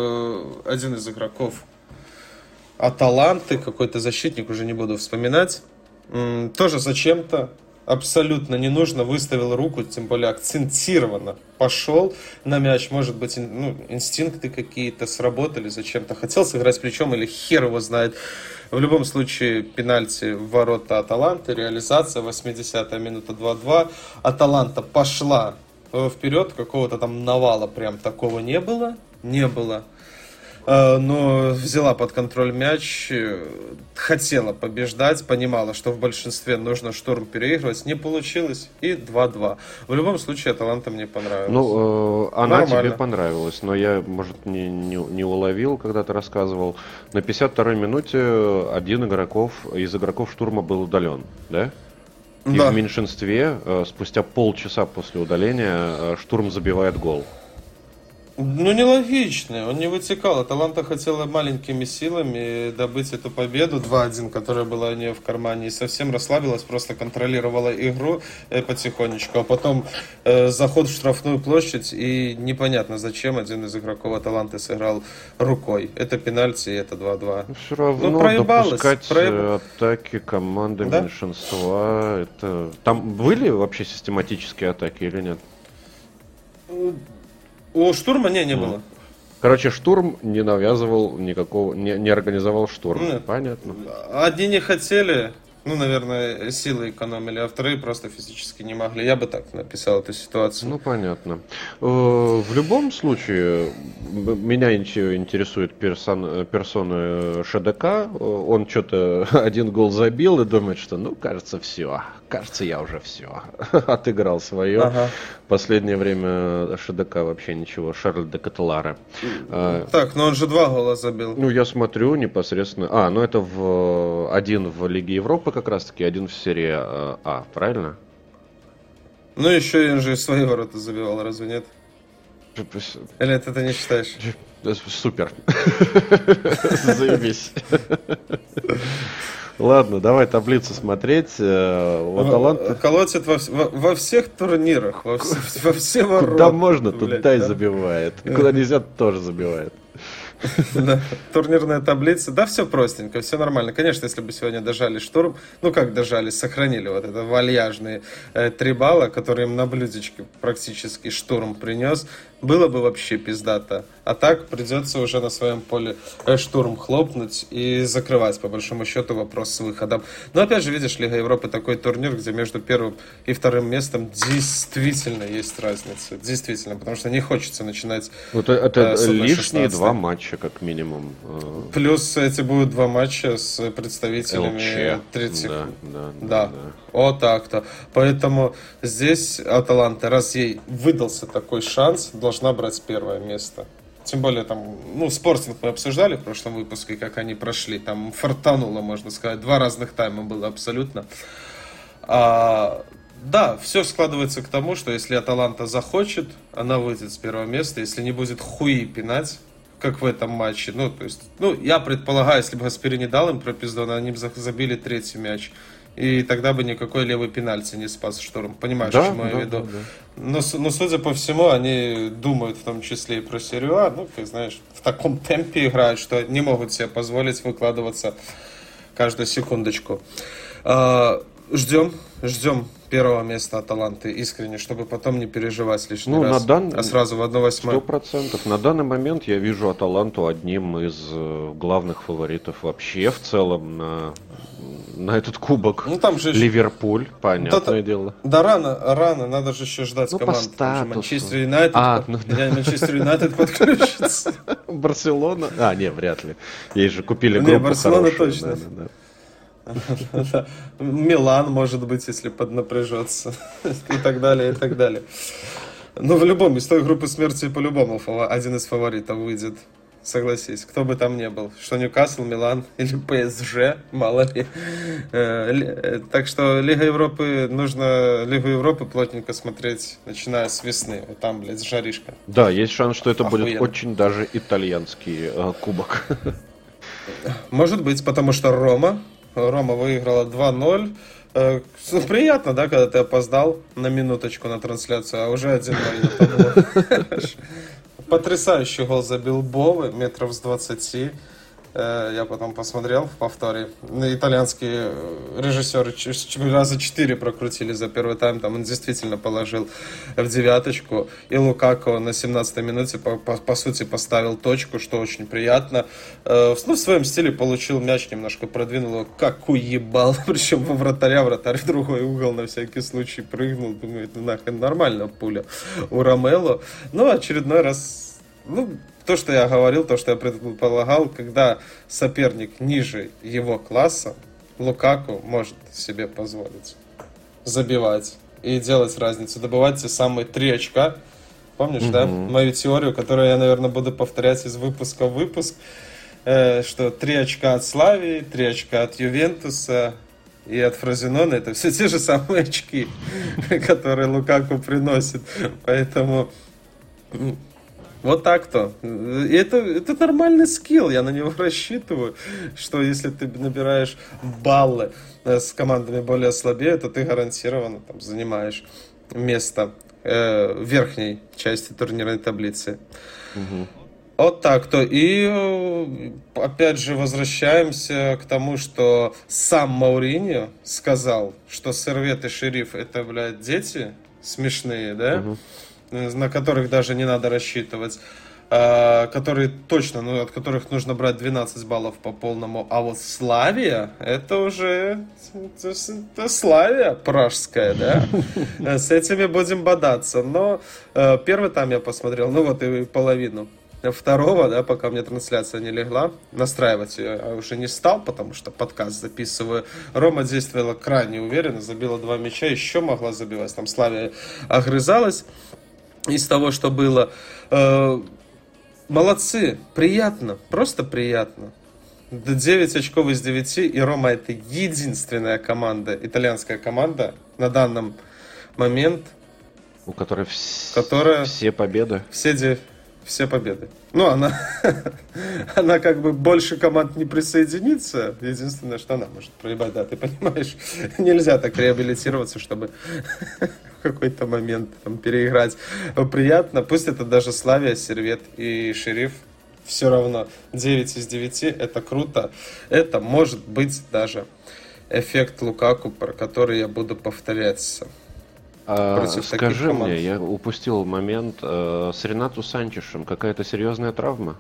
Аталанты, какой-то защитник, уже не буду вспоминать, тоже зачем-то абсолютно не нужно, выставил руку, тем более акцентированно пошел на мяч. Может быть, инстинкты какие-то сработали, зачем-то хотел сыграть плечом или хер его знает. В любом случае, пенальти в ворота Аталанты, реализация, 80-я минута 2-2. Аталанта пошла вперед, какого-то там навала прям такого не было. Но взяла под контроль мяч, хотела побеждать, понимала, что в большинстве нужно Штурм переигрывать, не получилось, и 2-2. В любом случае, Аталанта мне понравилась. Ну, она тебе понравилась, но я, может, не уловил, когда ты рассказывал. На 52-й минуте один из игроков Штурма был удален, да? И в меньшинстве, спустя полчаса после удаления, Штурм забивает гол. Ну, нелогично, он не вытекал. Аталанта хотела маленькими силами добыть эту победу 2-1, которая была у нее в кармане, и совсем расслабилась, просто контролировала игру потихонечку. А потом заход в штрафную площадь, и непонятно, зачем один из игроков Аталанты сыграл рукой. Это пенальти, и это 2-2. Все равно допускать атаки команды меньшинства. Там были вообще систематические атаки или нет? У Штурма не было. Короче, Штурм не навязывал никакого, не организовал штурм. Нет. Понятно. Одни не хотели, наверное, силы экономили, а вторые просто физически не могли. Я бы так написал эту ситуацию. Ну, понятно. В любом случае, меня интересует персона ШДК. Он что-то один гол забил и думает, что, кажется, все. Кажется, я уже все. Отыграл свое. Ага. Последнее время ШДК вообще ничего. Шарль де Котеларе. Так, но он же 2 гола забил. Я смотрю непосредственно... это один в Лиге Европы как раз-таки, один в серии А, правильно? Еще он же свои ворота забивал, разве нет? Или ты не считаешь? Супер. Заебись. Ладно, давай таблицу смотреть. Колотит во всех турнирах, во все ворота. Куда можно, туда и забивает. Куда нельзя, тоже забивает. Да, турнирная таблица, да, все простенько, все нормально. Конечно, если бы сегодня дожали Штурм, как дожали, сохранили вот это вальяжные 3 балла, которые им на блюдечке практически Штурм принес, было бы вообще пиздато. А так придется уже на своем поле Штурм хлопнуть и закрывать, по большому счету, вопрос с выходом. Но опять же, видишь, Лига Европы такой турнир, где между первым и вторым местом действительно есть разница. Действительно, потому что не хочется начинать... это лишние 2 матча, как минимум. Плюс эти будут 2 матча с представителями третьих. Да. Вот так-то. Поэтому здесь Аталанта, раз ей выдался такой шанс, должна брать первое место. Тем более, там, ну, Спортинг мы обсуждали в прошлом выпуске, как они прошли. Там фартануло, можно сказать. 2 разных тайма было абсолютно. Да, все складывается к тому, что если Аталанта захочет, она выйдет с первого места. Если не будет хуи пинать, как в этом матче. Ну, то есть, ну, я предполагаю, если бы Гаспери не дал им пропиздон, они бы забили 3-й мяч. И тогда бы никакой левый пенальти не спас Штурм. Понимаешь, Да, к чему я веду? Да. Но, судя по всему, они думают в том числе и про серию А. Ну, ты знаешь, в таком темпе играют, что не могут себе позволить выкладываться каждую секундочку. Ждем первого места Аталанты искренне, чтобы потом не переживать лишний раз. А сразу в 1/8. 100%. На данный момент я вижу Аталанту одним из главных фаворитов вообще в целом на этот кубок. Ну, там же Ливерпуль, понятное дело. Да, рано, надо же еще ждать команду. Манчестер Юнайтед. Манчестер Юнайтед подключится. Барселона? Не, вряд ли. Ей же купили группу. Не, Барселона точно. Милан, может быть, если поднапряжется. И так далее, и так далее. Но в любом, из той группы смерти по-любому один из фаворитов выйдет. Согласись, кто бы там ни был. Что Ньюкасл, Милан или ПСЖ, мало ли. Так что нужно Лигу Европы плотненько смотреть, начиная с весны. Вот там, блядь, жаришка. Да, есть шанс, что это будет очень даже итальянский кубок. Может быть, потому что Рома выиграла 2-0. Приятно, да, когда ты опоздал на минуточку на трансляцию, а уже 1-0. Потрясающий гол забил Бовы, метров с 20. Я потом посмотрел в повторе. Итальянские режиссеры раза 4 прокрутили за первый тайм. Там он действительно положил в девяточку. И Лукако на 17-й минуте, по сути, поставил точку, что очень приятно. В своем стиле получил мяч, немножко продвинул его, как уебал. Причем во вратаря, вратарь в другой угол на всякий случай прыгнул. Думаю, это нахрен нормальная пуля у Ромело. Очередной раз... То, что я говорил, то, что я предполагал, когда соперник ниже его класса, Лукаку может себе позволить забивать и делать разницу, добывать те самые 3 очка. Помнишь, да? Мою теорию, которую я, наверное, буду повторять из выпуска в выпуск, что 3 очка от Славии, 3 очка от Ювентуса и от Фрозенона — это все те же самые очки, которые Лукаку приносит. Поэтому... Вот так-то. Это нормальный скилл, я на него рассчитываю, что если ты набираешь баллы с командами более слабее, то ты гарантированно там занимаешь место в верхней части турнирной таблицы. Вот так-то. И опять же возвращаемся к тому, что сам Мауриньо сказал, что Сервет и Шериф — это, блядь, дети смешные, да? На которых даже не надо рассчитывать, которые точно, от которых нужно брать 12 баллов по полному. А вот Славия, это уже это Славия пражская, да? С этими будем бодаться. Но первый там я посмотрел, и половину. Второго, да, пока мне трансляция не легла, настраивать ее я уже не стал, потому что подкаст записываю. Рома действовала крайне уверенно, забила 2 мяча, еще могла забивать. Там Славия огрызалась. Из того, что было. Молодцы, приятно, просто приятно. 9 очков из 9, и Рома — это единственная команда, итальянская команда на данный момент, у которой все победы. Все победы. Она как бы больше команд не присоединится. Единственное, что она может проебать, да, ты понимаешь. Нельзя так реабилитироваться, чтобы в какой-то момент там переиграть. Приятно. Пусть это даже Славия, Сервет и Шериф. Все равно 9 из 9 это круто. Это может быть даже эффект Лукаку, про который я буду повторяться. Скажи мне, я упустил момент, с Ренату Санчешем какая-то серьезная травма?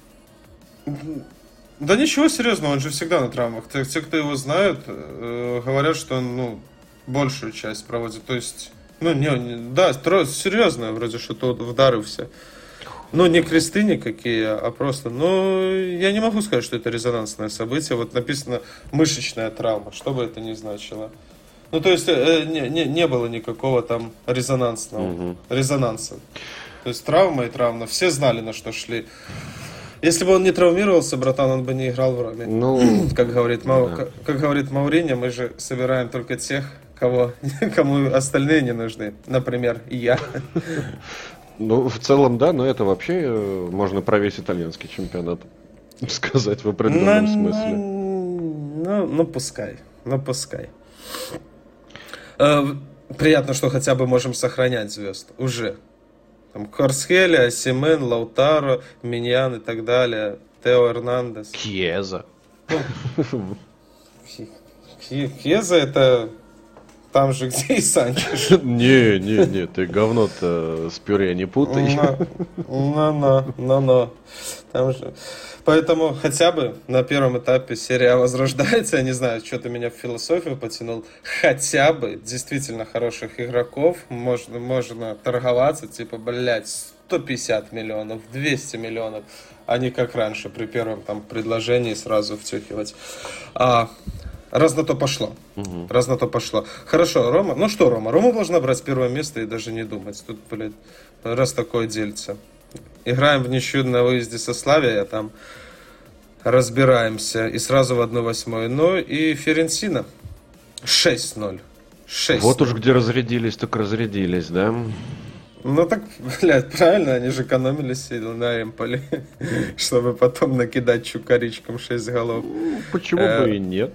Да ничего серьезного, он же всегда на травмах. Те, кто его знают, говорят, что он большую часть проводит. То есть, серьезно, вроде что-то вдарився. Не кресты никакие, а просто, я не могу сказать, что это резонансное событие. Вот написано мышечная травма, что бы это ни значило. То есть не было никакого там резонанса. То есть травма и травма. Все знали, на что шли. Если бы он не травмировался, братан, он бы не играл в Роме. Ну, как говорит Мауриньо, мы же собираем только тех, кому остальные не нужны. Например, я. Ну, в целом, да, но это вообще можно про весь итальянский чемпионат сказать в определенном смысле. Ну, пускай. Приятно, что хотя бы можем сохранять звезд. Уже. Там Кварцхелия, Осимен, Лаутаро, Миньян и так далее. Тео Эрнандес. Кьеза. Кьеза это там же, где и Санчес. Не, ты говно-то с пюре не путай. Там же. Поэтому хотя бы на первом этапе серия возрождается. Я не знаю, что ты меня в философию потянул. Хотя бы действительно хороших игроков можно торговаться. Типа, 150 миллионов, 200 миллионов. А не как раньше при первом там предложении сразу втюхивать. Раз на то пошло. Хорошо, Рома. Ну что, Рома должна брать первое место и даже не думать. Тут, раз такое дельце. Играем в ничью на выезде со Славией, а там разбираемся. И сразу в 1/8. Ну и Фиорентина. 6-0. Вот уж где разрядились, так разрядились, да? Ну так, правильно, они же экономили силы на Эмполи, чтобы потом накидать чукаричкам 6 голов. Почему бы и нет?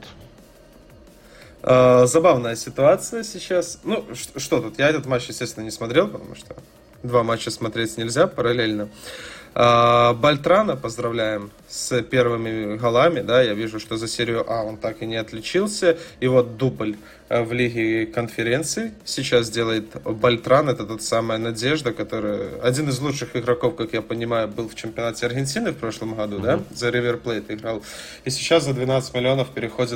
Забавная ситуация сейчас. Ну, что тут? Я этот матч, естественно, не смотрел, потому что 2 матча смотреть нельзя параллельно. Бальтрана поздравляем с первыми голами. Да, я вижу, что за серию А он так и не отличился. И вот дубль в Лиге конференций сейчас делает Бальтран. Это тот самая надежда, который один из лучших игроков, как я понимаю, был в чемпионате Аргентины в прошлом году. Да? За Ривер Плейт играл. И сейчас за 12 миллионов переходит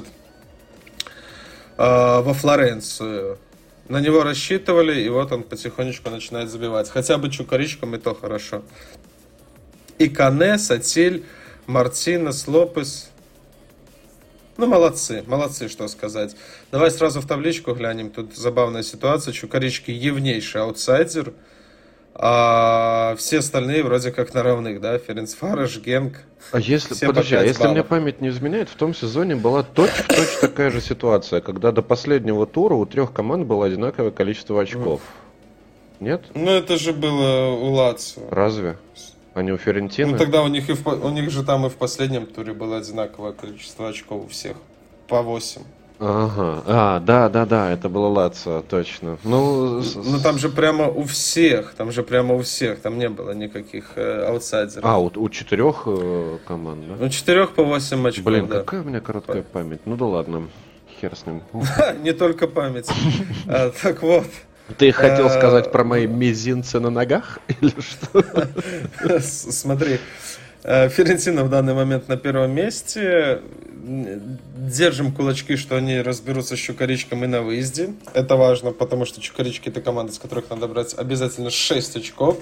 во Флоренцию. На него рассчитывали, и вот он потихонечку начинает забивать. Хотя бы чукаричком, и то хорошо. И Кане, Сатиль, Мартинес, Лопес. Ну, молодцы, что сказать. Давай сразу в табличку глянем. Тут забавная ситуация. Чукарички явнейший аутсайдер. А все остальные вроде как на равных, да? Ференцварош, Генк. Если мне память не изменяет, в том сезоне была точь-в-точь такая же ситуация, когда до последнего тура у 3 команд было одинаковое количество очков. Нет? Ну, это же было у Лацио. Разве? А не у Фиорентины? Ну, тогда у них же там и в последнем туре было одинаковое количество очков у всех. По 8. Ага. Да, это было Лацио, точно. Ну, там же прямо у всех. Там не было никаких аутсайдеров. У 4 команд, да? У 4 по 8 очков, Блин, да. какая у меня короткая память. Ну да ладно, хер с ним. Не только память. Так вот. Ты хотел сказать про мои мизинцы на ногах? Или что? Смотри, Фиорентина в данный момент на первом месте. Держим кулачки, что они разберутся с Чукаричком и на выезде. Это важно, потому что Чукарички — это команда, с которых надо брать обязательно 6 очков.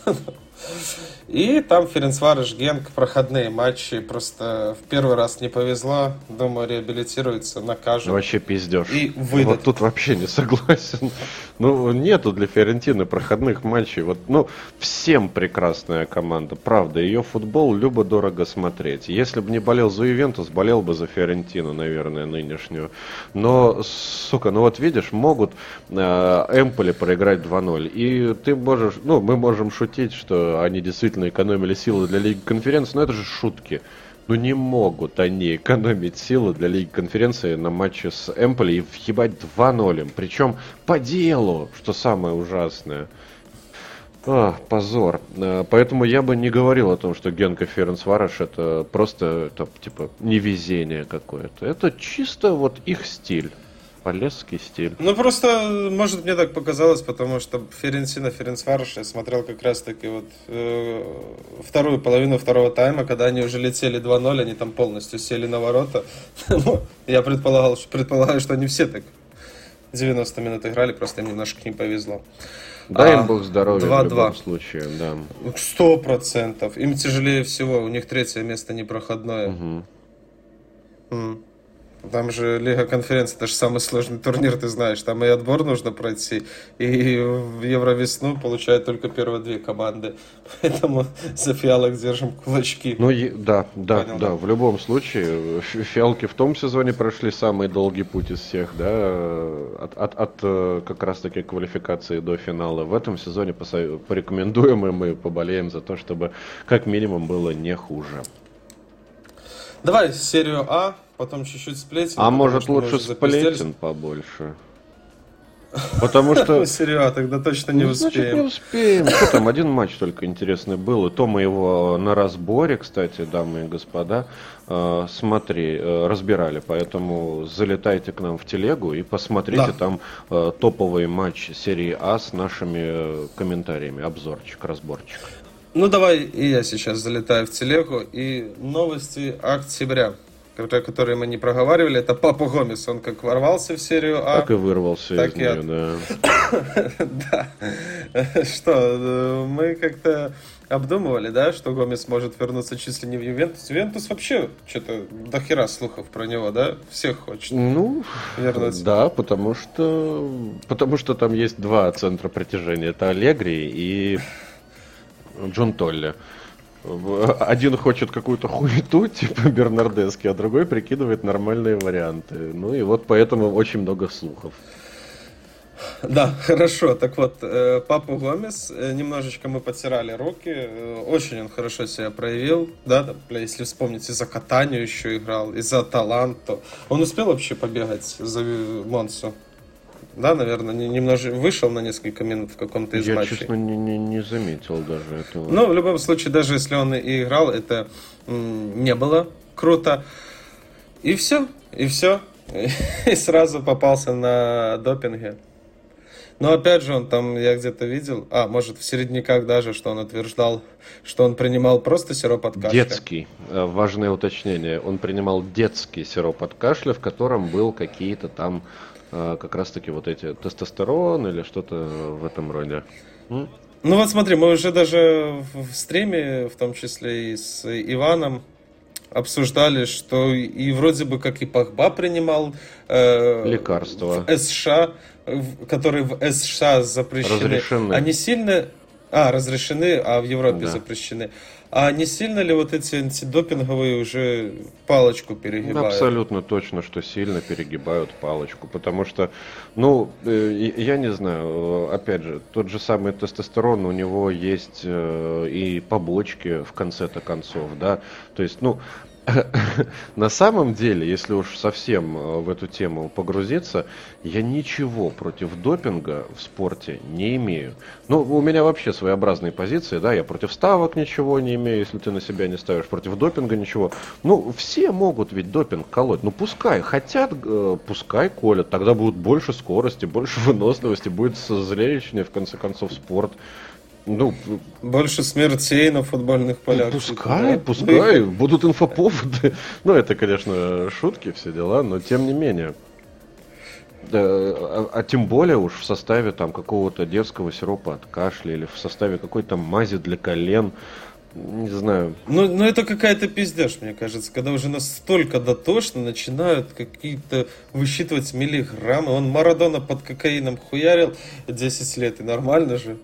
И там Ференцварош, Генк, проходные матчи. Просто в первый раз не повезло. Думаю, реабилитируется, накажет. Вообще пиздеж. И выйдет. Вот тут вообще не согласен. Ну, нету для Фиорентины проходных матчей. Всем прекрасная команда. Правда, ее футбол любо-дорого смотреть. Если бы не болел за Ювентус, болел бы за Фиорентину, наверное, нынешнюю. Но, сука, видишь, могут Эмполи проиграть 2-0. И ты можешь, мы можем шутить, что они действительно экономили силы для Лиги конференции, но это же шутки. Не могут они экономить силы для Лиги конференции на матче с Эмполи и въебать 2-0. Причем по делу, что самое ужасное. Позор. Поэтому я бы не говорил о том, что Генк и Ференцварош это просто невезение какое-то. Это чисто их стиль. Полесский стиль. Просто, может, мне так показалось, потому что Фиорентина, Ференцварош, я смотрел как раз-таки вторую половину второго тайма, когда они уже летели 2-0, они там полностью сели на ворота. Я предполагаю, что они все так 90 минут играли, просто им немножко не повезло. Дай им Бог здоровья 2-2. В любом случае, да. 100%. Им тяжелее всего, у них 3-е место непроходное. Там же Лига конференций, это же самый сложный турнир, ты знаешь. Там и отбор нужно пройти, и в Евровесну получают только первые две команды. Поэтому за фиалок держим кулачки. Ну, да, Понял, да? в любом случае, фиалки в том сезоне прошли самый долгий путь из всех, да, от как раз-таки квалификации до финала. В этом сезоне порекомендуем, и мы поболеем за то, чтобы как минимум было не хуже. Давай серию А, потом чуть-чуть сплетен. А может лучше сплетен побольше? Потому что... Серию А тогда точно не успеем. Значит, не успеем. Что там, один матч только интересный был. И то мы его на разборе, кстати, дамы и господа, разбирали. Поэтому залетайте к нам в телегу и посмотрите там топовый матч серии А с нашими комментариями. Обзорчик, разборчик. Ну, давай и я сейчас залетаю в телегу. И новости октября, про которые мы не проговаривали, это Папа Гомес. Он как ворвался в серию А, так и вырвался из нее, да. Да. Что, мы как-то обдумывали, да, что Гомес может вернуться чуть ли не в Ювентус. Ювентус вообще что-то до хера слухов про него, да? Всех хочет вернуть. Да, потому что там есть два центра притяжения. Это Аллегри и Джон Толли. Один хочет какую-то хуету, типа Бернардески, а другой прикидывает нормальные варианты. Ну и вот поэтому очень много слухов. Да, хорошо. Так вот, Папу Гомес, немножечко мы потирали руки. Очень он хорошо себя проявил. Да, если вспомните, за Катанию еще играл, и за Аталанту. Он успел вообще побегать за Монсу? Да, наверное, немножко вышел на несколько минут в каком-то из матчей. Я, честно, не заметил даже этого. Ну, в любом случае, даже если он и играл, это не было круто. И все. И сразу попался на допинге. Но опять же, он там, я где-то видел, может, в середняках даже, что он утверждал, что он принимал просто сироп от кашля. Детский, важное уточнение, он принимал детский сироп от кашля, в котором был какие-то там как раз-таки вот эти тестостерон или что-то в этом роде. Ну вот смотри, мы уже даже в стриме, в том числе и с Иваном, обсуждали, что и вроде бы как и Погба принимал лекарства в США, которые в США запрещены. Разрешены. Они сильно... разрешены, а в Европе запрещены. А не сильно ли вот эти антидопинговые уже палочку перегибают? Абсолютно точно, что сильно перегибают палочку, потому что, я не знаю, опять же, тот же самый тестостерон, у него есть и побочки в конце-то концов, да, то есть, на самом деле, если уж совсем в эту тему погрузиться, я ничего против допинга в спорте не имею. У меня вообще своеобразные позиции, да, я против ставок ничего не имею, если ты на себя не ставишь, против допинга ничего. Все могут ведь допинг колоть, пускай хотят, пускай колят, тогда будет больше скорости, больше выносливости, будет зрелищнее, в конце концов, спорт. Больше смертей на футбольных полях. Пускай, будут инфоповоды. Это, конечно, шутки, все дела, но тем не менее. А тем более уж в составе там какого-то детского сиропа от кашля или в составе какой-то мази для колен. Не знаю. Это какая-то пиздеж, мне кажется, когда уже настолько дотошно начинают какие-то высчитывать миллиграммы. Он Марадона под кокаином хуярил 10 лет, и нормально же.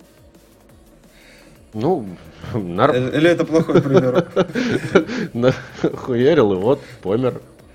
Или это плохой пример? Хуярил и вот помер.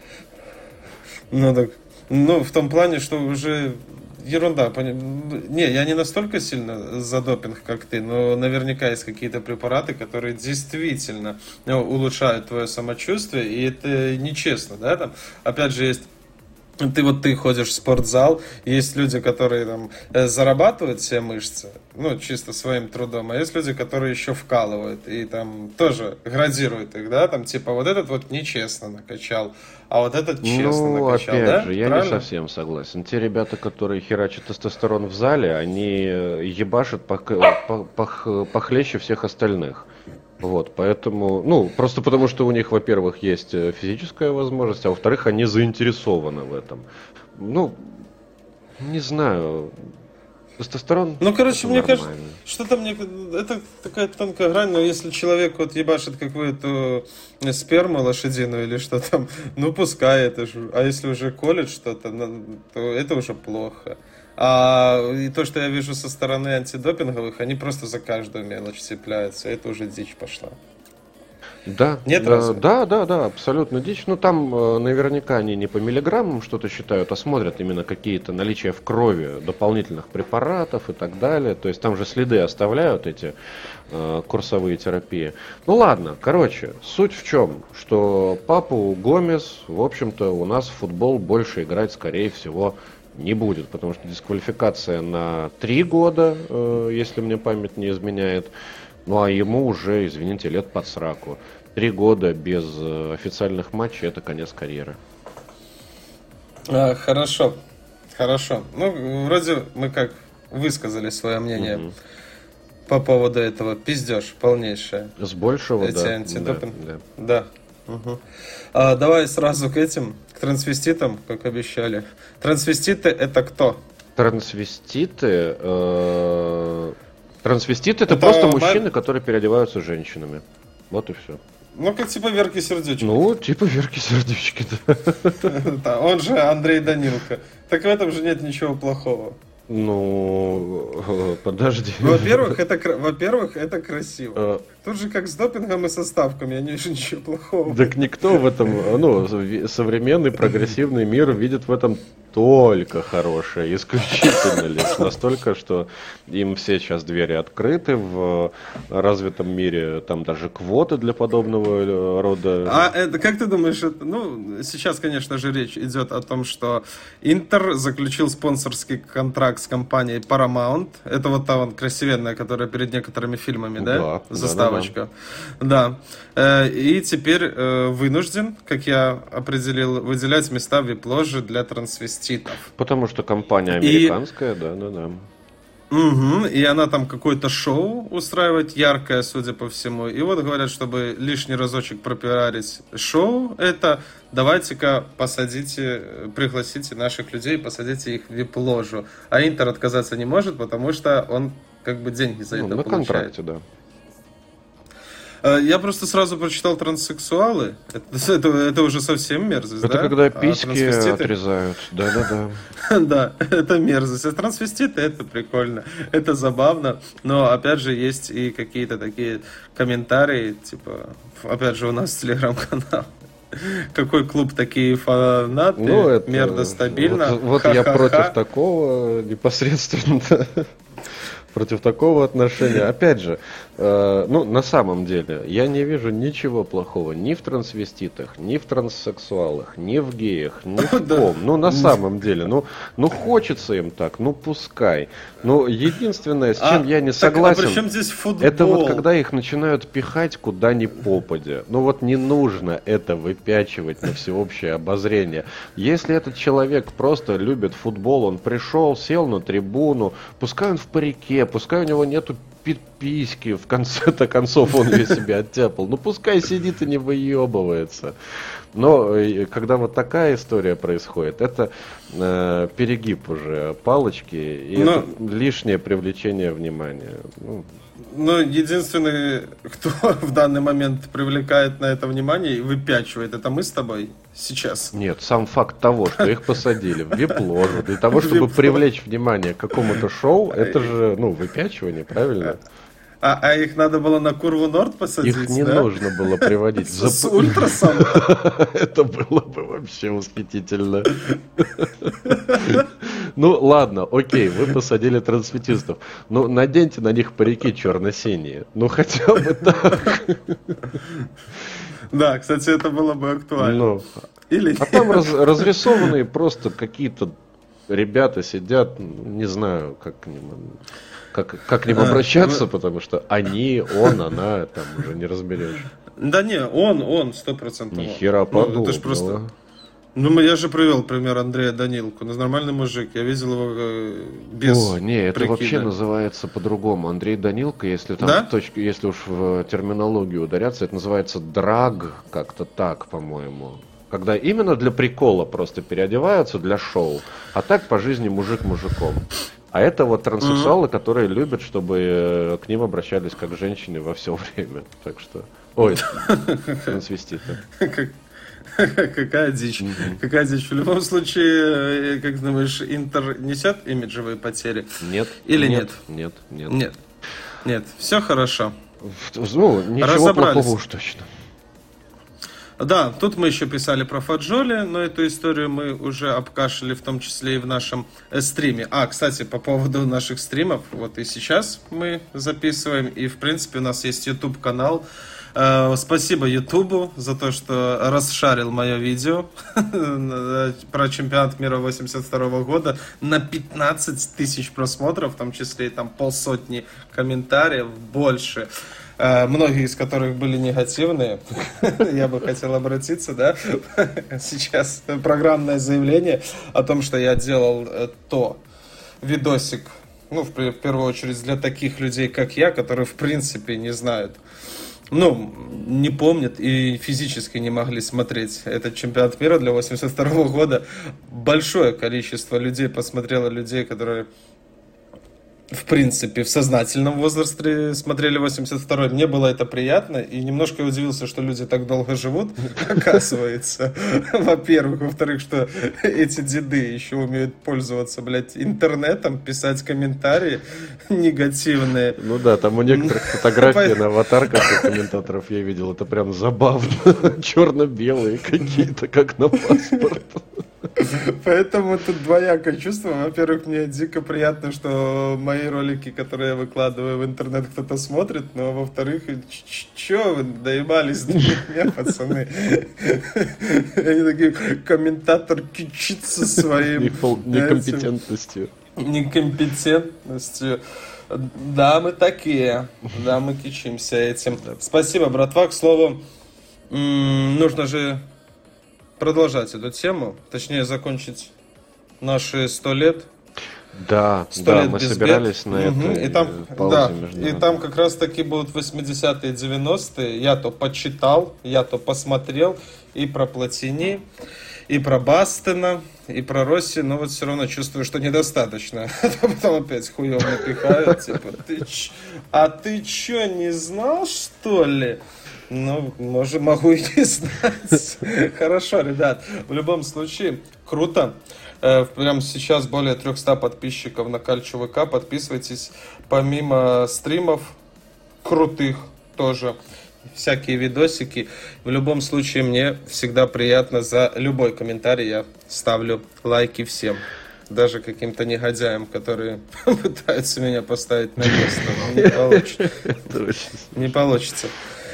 В том плане, что уже ерунда. Не, я не настолько сильно за допинг, как ты, но наверняка есть какие-то препараты, которые действительно улучшают твое самочувствие, и это нечестно, да? Там, опять же, есть... Ты ходишь в спортзал, есть люди, которые там зарабатывают себе мышцы, чисто своим трудом, а есть люди, которые еще вкалывают и там тоже градируют их, да, там типа вот этот вот нечестно накачал, а вот этот честно накачал, опять да? же, я не совсем согласен. Те ребята, которые херачат тестостерон в зале, они ебашат похлеще всех остальных. Поэтому, просто потому что у них, во-первых, есть физическая возможность, а во-вторых, они заинтересованы в этом. Не знаю. Тестостерон? Ну, короче, Это мне кажется, нормально. что-то мне... Это такая тонкая грань, но если человек вот ебашит какую-то сперму лошадиную или что там, ну, пускай это же... А если уже колет что-то, то это уже плохо. И то, что я вижу со стороны антидопинговых, они просто за каждую мелочь цепляются. Это уже дичь пошла. Да, Нет, разве? да, абсолютно дичь. Ну, там наверняка они не по миллиграммам что-то считают, а смотрят именно какие-то наличия в крови дополнительных препаратов и так далее. То есть там же следы оставляют эти курсовые терапии. Ну ладно, короче, суть в чем, что Папу Гомес, в общем-то, у нас в футбол больше играть, скорее всего, не будет, потому что дисквалификация на 3 года, если мне память не изменяет. Ну, а ему уже, извините, лет под сраку. 3 года без официальных матчей – это конец карьеры. Хорошо. Ну, вроде мы как высказали свое мнение по поводу этого. Пиздеж полнейшее. С большего, эти да. антидопинг. Да. Угу. Давай сразу к трансвеститам, как обещали. Трансвеститы – это кто? Трансвеститы это просто мужчины, которые переодеваются женщинами. Вот и все. Ну, как типа Верки Сердючки. Ну, типа Верки Сердючки, да. Он же Андрей Данилко. Так в этом же нет ничего плохого. Ну, подожди. Во-первых, это красиво. Тут же как с допингом и со ставками, я не вижу ничего плохого. Так никто в этом, современный прогрессивный мир видит в этом только хорошее, исключительно лишь. Настолько, что им все сейчас двери открыты в развитом мире, там даже квоты для подобного рода. Как ты думаешь, сейчас, конечно же, речь идет о том, что Интер заключил спонсорский контракт с компанией Paramount. Это вот та красивенная, которая перед некоторыми фильмами, да? Заставочка. Да. И теперь вынужден, как я определил, выделять места в вип-ложе для трансвеститов. Потому что компания американская, да. Угу, и она там какое-то шоу устраивает, яркое, судя по всему. И вот говорят, чтобы лишний разочек пропиарить шоу, давайте-ка пригласите наших людей, посадите их в вип-ложу. А Интер отказаться не может, потому что он как бы деньги за это на получает. Контракте, да. Я просто сразу прочитал транссексуалы. Это уже совсем мерзость, это да? когда письки отрезают. Да. Да, это мерзость. А трансвеститы — это прикольно, это забавно. Но, опять же, есть и какие-то такие комментарии, типа, опять же, у нас телеграм-канал. Какой клуб, такие фанаты, мерда стабильно. Вот я против такого непосредственно. Против такого отношения. Опять же, на самом деле, я не вижу ничего плохого ни в трансвеститах, ни в транссексуалах, ни в геях, ни в ком. На самом деле, хочется им так, пускай. Но единственное, с чем я не согласен, при чем здесь футбол? Это вот когда их начинают пихать куда ни попадя. Не нужно это выпячивать на всеобщее обозрение. Если этот человек просто любит футбол, он пришел, сел на трибуну, пускай он в парике, пускай у него нету письки, в конце-то концов он ее себе оттяпал. Пускай сидит и не выебывается. Но когда вот такая история происходит, это перегиб уже палочки и это лишнее привлечение внимания. Единственный, кто в данный момент привлекает на это внимание и выпячивает, это мы с тобой сейчас. Нет, сам факт того, что их посадили в вип-ложу для того, чтобы привлечь внимание к какому-то шоу, это же, выпячивание, правильно? А их надо было на Курву Норд посадить, их не нужно было приводить. С ультрасом? Это было бы вообще восхитительно. Ладно, окей, вы посадили трансвеститов. Наденьте на них парики черно-синие. Хотя бы так. Да, кстати, это было бы актуально. А там разрисованные просто какие-то ребята сидят, не знаю, как к ним обращаться, потому что они, он, она, там уже не разберешь. Да не, он 100%. Ни хера подобного. Это ж просто... я же привел пример Андрея Данилку. Нормальный мужик. Я видел его без это прикида. вообще называется по-другому. Андрей Данилко, если там если уж в терминологию ударяться, это называется драг, как-то так, по-моему. Когда именно для прикола просто переодеваются, для шоу. А так по жизни мужик мужиком. А это вот транссексуалы, которые любят, чтобы к ним обращались как к женщине во все время. Так что... Ой, трансвеститы. Какая дичь. Какая дичь. В любом случае, как думаешь, Интер несет имиджевые потери? Нет. Или нет? Нет. Нет. Все хорошо. Ну, ничего плохого уж точно. Да, тут мы еще писали про Фаджоли, но эту историю мы уже обкашляли, в том числе и в нашем стриме. Кстати, по поводу наших стримов, вот и сейчас мы записываем, и в принципе у нас есть YouTube-канал. Спасибо Ютубу за то, что расшарил мое видео про чемпионат мира 82 года на 15 тысяч просмотров, в том числе и там 500 комментариев, больше. Многие из которых были негативные. Я бы хотел обратиться, да, сейчас программное заявление о том, что я делал видосик, ну, в первую очередь для таких людей, как я, которые в принципе не знают, ну, не помнят и физически не могли смотреть этот чемпионат мира для 82 года. Большое количество людей посмотрело, людей, которые в принципе в сознательном возрасте смотрели 82-й. Мне было это приятно, и немножко я удивился, что люди так долго живут, оказывается. Во-первых. Во-вторых, что эти деды еще умеют пользоваться, блядь, интернетом, писать комментарии негативные. Ну да, там у некоторых фотографии на аватарках у комментаторов я видел, это прям забавно. Черно-белые какие-то, как на паспорт. Поэтому тут двоякое чувство. Во-первых, мне дико приятно, что мои ролики, которые я выкладываю в интернет, кто-то смотрит. Но во-вторых, чё вы доебались до меня, пацаны? Они такие, комментатор кичится своим... Некомпетентностью. Некомпетентностью. Да, мы такие. Да, мы кичимся этим. Спасибо, братва. К слову, нужно же продолжать эту тему, точнее закончить наши 100 лет. Да, 100 лет мы без собирались бед. на это. И там, и там как раз таки будут 80-е, 90-е. Я то почитал, я то посмотрел и про Платини, и про Бастена, и про Росси, но вот все равно чувствую, что недостаточно. А потом опять хуёв напихают, типа, ты чё, не знал, что ли? Ну, может, могу и не знать. Хорошо, ребят. В любом случае, круто. Прямо сейчас более 300 подписчиков на Кальчо ВК. Подписывайтесь. Помимо стримов крутых тоже, всякие видосики. В любом случае, мне всегда приятно за любой комментарий. Я ставлю лайки всем. Даже каким-то негодяям, которые пытаются меня поставить на место. Не получится. Не получится.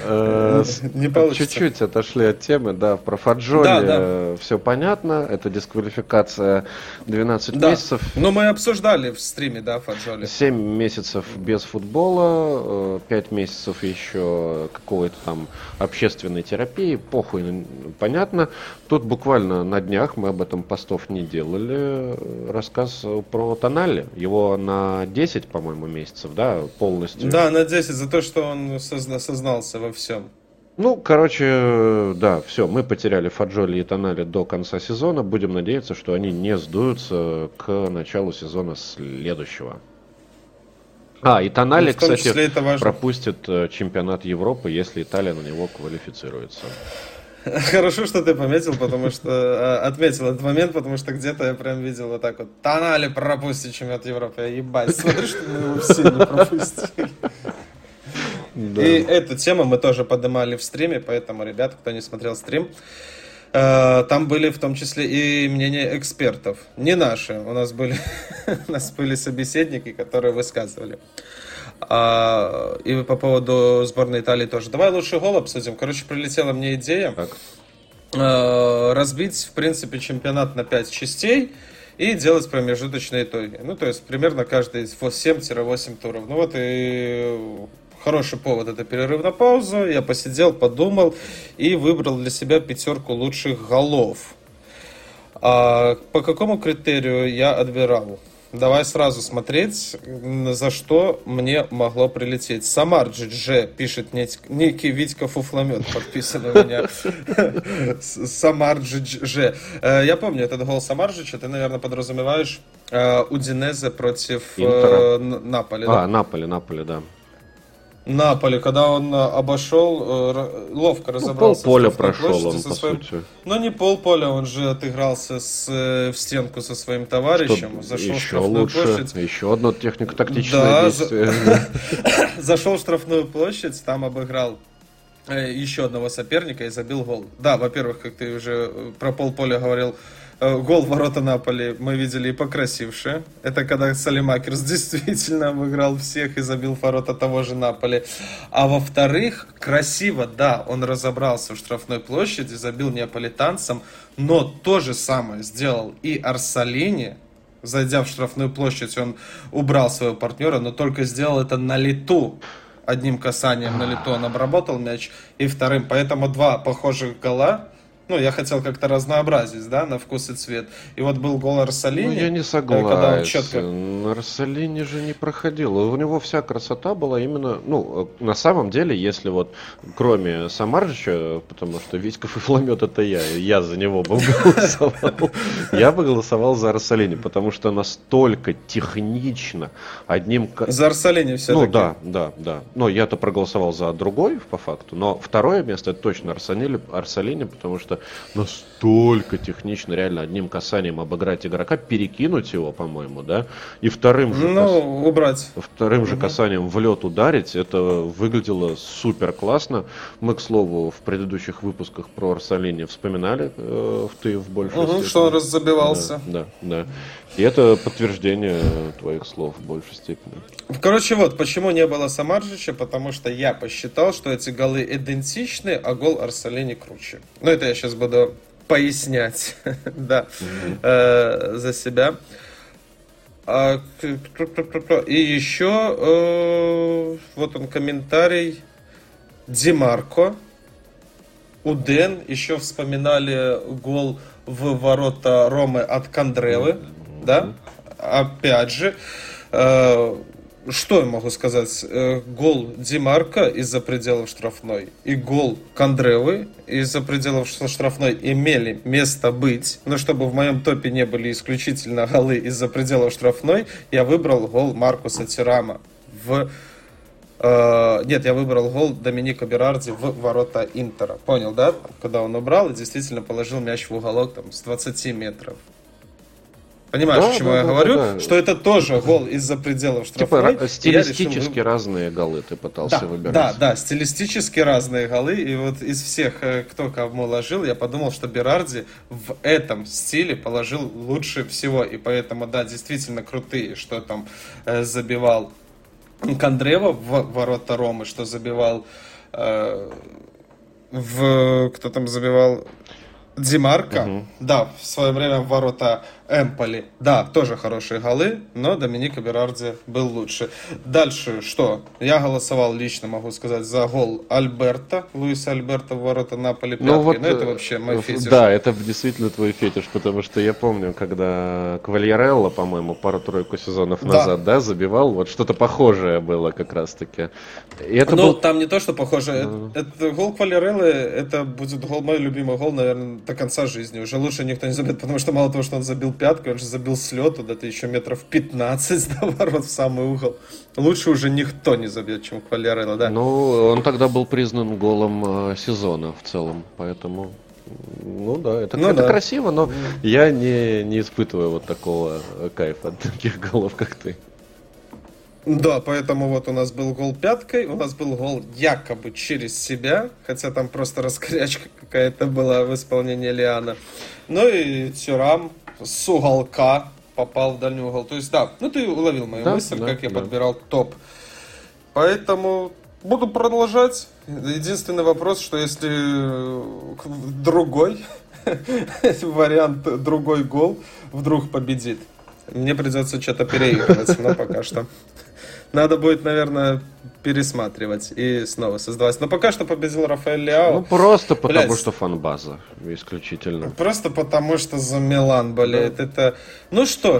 Не получится. Чуть-чуть отошли от темы, да, про Фаджоли все понятно, это дисквалификация 12 месяцев. Но мы обсуждали в стриме, да, Фаджоли. 7 месяцев без футбола, 5 месяцев еще какой-то там общественной терапии, похуй, понятно. Тут буквально на днях, мы об этом постов не делали, рассказ про Тонали, его на 10, по-моему, месяцев, да, полностью. Да, на 10, за то, что он сознался во всем. Ну, короче, да, все, мы потеряли Фаджоли и Тонали до конца сезона. Будем надеяться, что они не сдуются к началу сезона следующего. И Тонали, кстати, пропустит чемпионат Европы, если Италия на него квалифицируется. Хорошо, что ты отметил этот момент, потому что где-то я прям видел вот так вот: Тонали пропустит чемпионат Европы. Я ебать, смотри, что мы его все не пропустили. Да. И эту тему мы тоже поднимали в стриме, поэтому, ребята, кто не смотрел стрим, там были в том числе и мнения экспертов, не наши, у нас были собеседники, которые высказывали. И по поводу сборной Италии тоже. Давай лучший гол обсудим. Короче, прилетела мне идея разбить, в принципе, чемпионат на 5 частей и делать промежуточные итоги. Ну, то есть, примерно каждые 7-8 туров. Ну, вот и хороший повод — это перерыв на паузу. Я посидел, подумал и выбрал для себя 5 лучших голов. По какому критерию я отбирал? Давай сразу смотреть, за что мне могло прилететь. Самарджич Ж, пишет некий Витька Фуфломет, подписан у меня. Самарджич Ж. Я помню этот гол Самарджича, ты, наверное, подразумеваешь Удинезе против Наполи. Да? Наполи, да. Наполи, когда он обошел, ловко разобрался. Полполя прошел он, по сути. Но не полполя, он же отыгрался в стенку со своим товарищем, зашел в штрафную площадь. Еще одно технико-тактическое действие. Зашел в штрафную площадь, там обыграл еще одного соперника и забил гол. Да, во-первых, как ты уже про полполя говорил, гол в ворота Наполи мы видели и покрасивше. Это когда Салимакерс действительно обыграл всех и забил в ворота того же Наполи. А во-вторых, красиво, да, он разобрался в штрафной площади, забил неаполитанцам, но то же самое сделал и Орсолини. Зайдя в штрафную площадь, он убрал своего партнера, но только сделал это на лету. Одним касанием на лету он обработал мяч, и вторым. Поэтому два похожих гола. Ну, я хотел как-то разнообразить, да, на вкус и цвет. И вот был гол Орсолини. Ну, я не согласен. Когда он четко... Орсолини же не проходил. У него вся красота была именно... Ну, на самом деле, если вот, кроме Самарджича, потому что Витька Фуфломет это я за него бы голосовал. Я бы голосовал за Орсолини, потому что настолько технично одним... За Орсолини все-таки. Ну, да. Но я-то проголосовал за другой, по факту. Но второе место это точно Орсолини, потому что настолько технично, реально одним касанием обыграть игрока, перекинуть его, по-моему, да, и вторым же, убрать. Вторым же касанием в лед ударить, это выглядело супер классно. Мы, к слову, в предыдущих выпусках про Орсолини вспоминали, ты в большей степени. Что он раззабивался. Да. И это подтверждение твоих слов в большей степени. Короче, вот, почему не было Самарджича, потому что я посчитал, что эти голы идентичны, а гол Орсолини круче. Ну, это я сейчас буду пояснять, да, за себя. И еще, вот он комментарий, Димарко, Уден, еще вспоминали гол в ворота Ромы от Кандревы, да, опять же. Что я могу сказать? Гол Димарко из-за пределов штрафной и гол Кандревы из-за пределов штрафной имели место быть. Но чтобы в моем топе не были исключительно голы из-за пределов штрафной, я выбрал гол Маркуса Тирама Нет, я выбрал гол Доминика Берарди в ворота Интера. Понял, да? Когда он убрал и действительно положил мяч в уголок там, с 20 метров. Понимаешь, к чему я говорю? Да. Что это тоже гол из-за пределов штрафной. Типа стилистически разные голы ты пытался выбирать. Да, стилистически разные голы. И вот из всех, кто кому ложил, я подумал, что Берарди в этом стиле положил лучше всего. И поэтому, да, действительно крутые, что там забивал Кандрева в ворота Ромы, что забивал кто там забивал? Димарко, да, в свое время в ворота Эмполи, да, тоже хорошие голы, но Доминика Берарди был лучше. Дальше что? Я голосовал лично, могу сказать, за гол Альберто, Луиса Альберто в ворота Наполи пяткой, но это вообще мой фетиш. Да, это действительно твой фетиш, потому что я помню, когда Квальярелло, по-моему, пару-тройку сезонов назад, да, забивал, вот что-то похожее было как раз-таки. Там не то, что похоже, это гол Квальярелло, это будет мой любимый гол, наверное, до конца жизни. Уже лучше никто не забьет, потому что мало того, что он забил пяткой, он же забил с лету, да, еще метров 15 до ворот в самый угол. Лучше уже никто не забьет, чем Квальярелло, да. Ну, он тогда был признан голом сезона в целом, поэтому... Ну да, это красиво, но я не испытываю вот такого кайфа от таких голов, как ты. Да, поэтому вот у нас был гол пяткой, у нас был гол якобы через себя, хотя там просто раскорячка какая-то была в исполнении Лиана. Ну и Тюрам с уголка попал в дальний угол. То есть да, ты уловил мою мысль, как я подбирал топ. Поэтому буду продолжать. Единственный вопрос, что если другой вариант, другой гол вдруг победит, мне придется что-то переигрывать, но пока что. Надо будет, наверное, пересматривать и снова создавать. Но пока что победил Рафаэль Лиао. Ну, просто потому, что фан-база исключительно. Просто потому, что за Милан болеет. Да. Это... Ну что ж,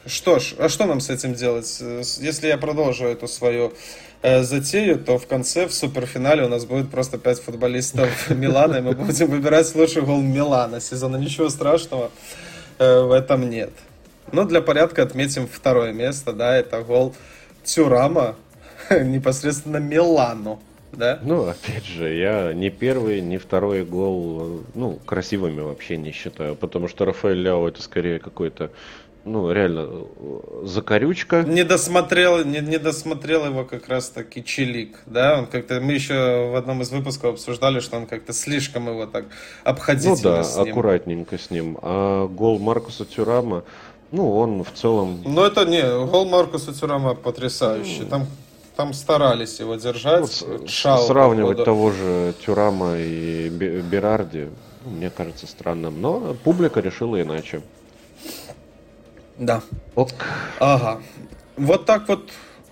Что ж, а что нам с этим делать? Если я продолжу эту свою затею, то в конце, в суперфинале у нас будет просто 5 футболистов Милана, и мы будем выбирать лучший гол Милана сезона. Ничего страшного в этом нет. Но для порядка отметим второе место, да, это гол Тюрама непосредственно Милану. Да? Ну, опять же, я ни первый, ни второй гол, ну, красивыми вообще не считаю, потому что Рафаэль Ляо это скорее какой-то, ну, реально, закорючка. Не досмотрел его как раз таки Чилик, да? Он как-то, мы еще в одном из выпусков обсуждали, что он как-то слишком его так обходительно ну, да, с ним. аккуратненько с ним. А гол Маркуса Тюрама, ну, он в целом... Ну, это не, гол Маркуса Тюрама потрясающий. Там старались его держать. Вот, Шау, сравнивать походу. того же Тюрама и Берарди, ну, мне кажется странным. Но публика решила иначе. Да. Ок. Ага. Вот так вот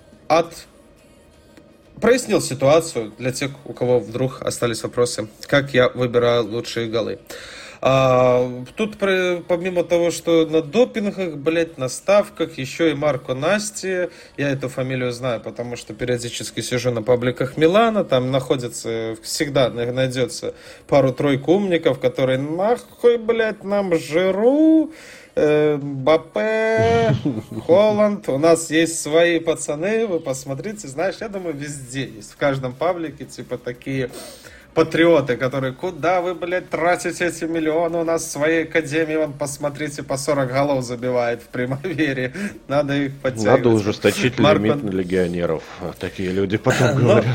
прояснил ситуацию для тех, у кого вдруг остались вопросы, как я выбираю лучшие голы. Тут помимо того, что на допингах, блять, на ставках, еще и Марко Насти. Я эту фамилию знаю, потому что периодически сижу на пабликах Милана. Там всегда найдется пару-тройку умников, которые нахуй, блять, нам Жиру, Мбаппе, Холланд. У нас есть свои пацаны, вы посмотрите. Знаешь, я думаю, везде есть. В каждом паблике типа такие... патриоты, которые, куда вы, блядь, тратите эти миллионы, у нас в своей академии, вон, посмотрите, по 40 голов забивает в Примавере, надо их подтягивать. Надо ужесточить лимит на легионеров, такие люди потом говорят.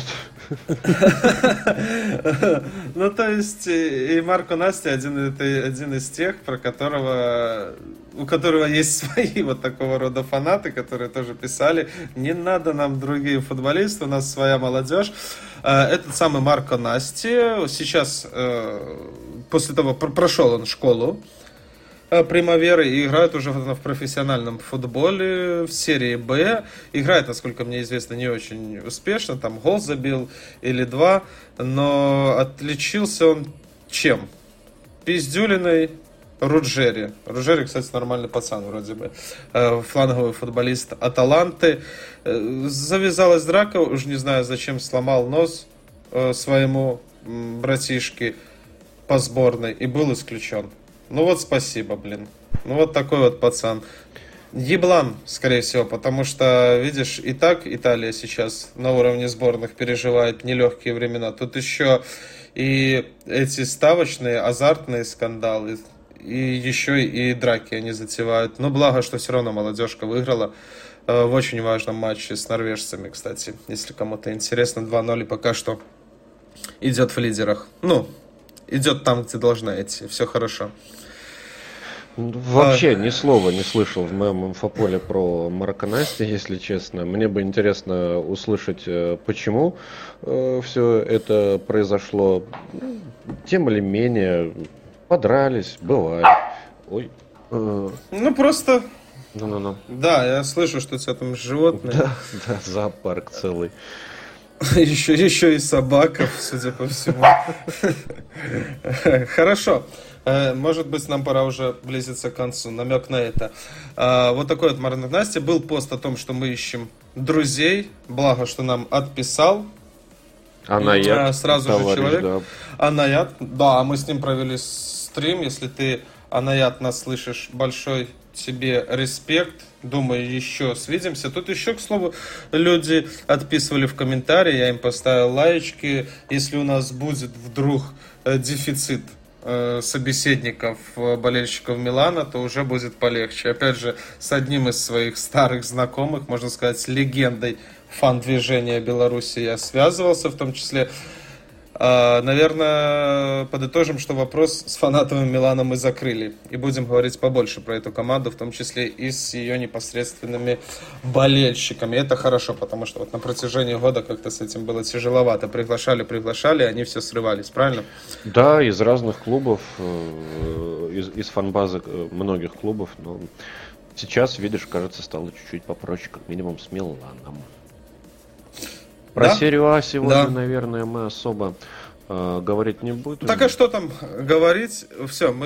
Ну, то есть, и Марко Насти один из тех, у которого есть свои вот такого рода фанаты, которые тоже писали, не надо нам другие футболисты, у нас своя молодежь. Этот самый Марко Насти сейчас, после того, прошел он школу Примаверы и играет уже в профессиональном футболе в серии Б. Играет, насколько мне известно, не очень успешно, там гол забил или два, но отличился он чем? Пиздюлиной Руджери. Руджери, кстати, нормальный пацан вроде бы. Фланговый футболист Аталанты. Завязалась драка, уж не знаю, зачем сломал нос своему братишке по сборной и был исключен. Ну вот спасибо, блин. Ну вот такой вот пацан. Еблан, скорее всего, потому что, видишь, и так Италия сейчас на уровне сборных переживает нелегкие времена. Тут еще и эти ставочные, азартные скандалы, и еще и драки они затевают. Но благо, что все равно молодежка выиграла в очень важном матче с норвежцами, кстати. Если кому-то интересно, 2-0 пока что идет в лидерах. Ну, идет там, где должна идти. Все хорошо. Вообще ни слова не слышал в моем инфополе про Марко Насти, если честно. Мне бы интересно услышать, почему все это произошло. Тем или менее, подрались, бывает. Ой. Ну, просто... Ну. Да, я слышу, что у тебя там животные. Да, зоопарк целый. Еще и собака, судя по всему. Хорошо. Может быть, нам пора уже близиться к концу. Намек на это. Вот такой вот Марко Насти. Был пост о том, что мы ищем друзей. Благо, что нам отписал. Анаят. Сразу же человек. Да. Анаят. Да, мы с ним провели стрим. Если ты, Анаят, нас слышишь, большой тебе респект. Думаю, еще свидимся. Тут еще, к слову, люди отписывали в комментарии. Я им поставил лайочки. Если у нас будет вдруг дефицит собеседников, болельщиков Милана, то уже будет полегче. Опять же, с одним из своих старых знакомых, можно сказать, легендой фан-движения Беларуси я связывался, в том числе. Наверное, подытожим, что вопрос с фанатами Милана мы закрыли. И будем говорить побольше про эту команду, в том числе и с ее непосредственными болельщиками. И это хорошо, потому что вот на протяжении года как-то с этим было тяжеловато. Приглашали, они все срывались, правильно? Да, из разных клубов, из фан-базы многих клубов. Но сейчас, видишь, кажется, стало чуть-чуть попроще, как минимум с Миланом. Про серию А сегодня, наверное, мы особо говорить не будем. Так а что там говорить? Все, мы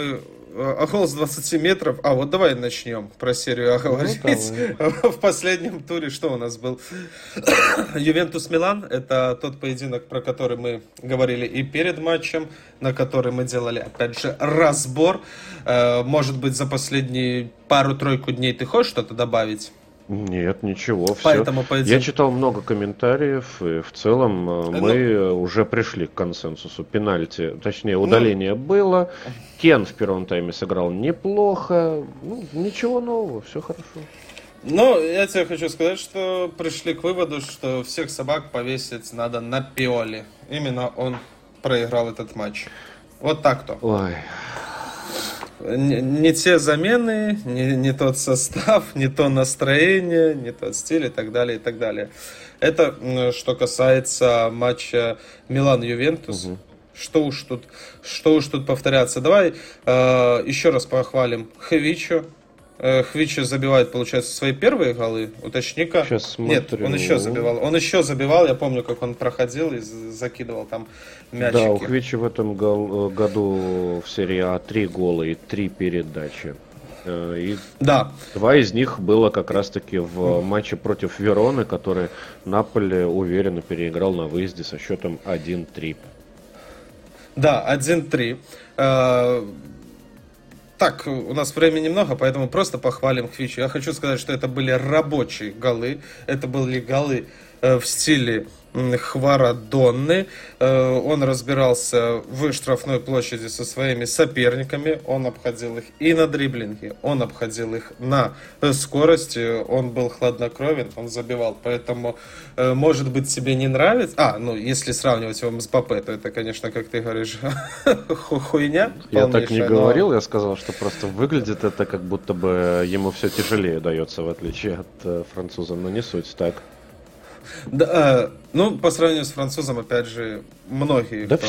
А гол с 20 метров. А, вот давай начнем про серию А говорить. В последнем туре что у нас был? Ювентус-Милан. Это тот поединок, про который мы говорили и перед матчем, на который мы делали, опять же, разбор. Может быть, за последние пару-тройку дней ты хочешь что-то добавить? Нет, ничего, все. Поэтому Я читал много комментариев, и в целом мы уже пришли к консенсусу. Пенальти, точнее, удаление было. Кен в первом тайме сыграл неплохо. Ну, ничего нового, все хорошо. Ну, я тебе хочу сказать, что пришли к выводу, что всех собак повесить надо на Пиоли. Именно он проиграл этот матч. Вот так-то. Ой. Не те замены, не тот состав, не то настроение, не тот стиль и так далее, и так далее. Это что касается матча Милан-Ювентус. Угу. Что уж тут повторяться. Давай еще раз похвалим Хвичу. Хвича забивает, получается, свои первые голы. Уточни-ка. Нет, он еще забивал. Я помню, как он проходил и закидывал там мячики. Да, у Хвича в этом году в серии А 3 гола и 3 передачи. И да. 2 из них было как раз-таки в матче против Вероны, который Наполе уверенно переиграл на выезде со счетом 1-3. Да, 1-3. Так, у нас времени немного, поэтому просто похвалим Хвичу. Я хочу сказать, что это были рабочие голы. Это были голы в стиле Хварадонны. Он разбирался в штрафной площади со своими соперниками. Он обходил их и на дриблинге, он обходил их на скорости. Он был хладнокровен, он забивал. Поэтому, может быть, тебе не нравится... если сравнивать его с Мбаппе, то это, конечно, как ты говоришь, хуйня. Я так не говорил, я сказал, что просто выглядит это, как будто бы ему все тяжелее дается, в отличие от француза. Но не суть так. Да, по сравнению с французом, опять же, многие, да,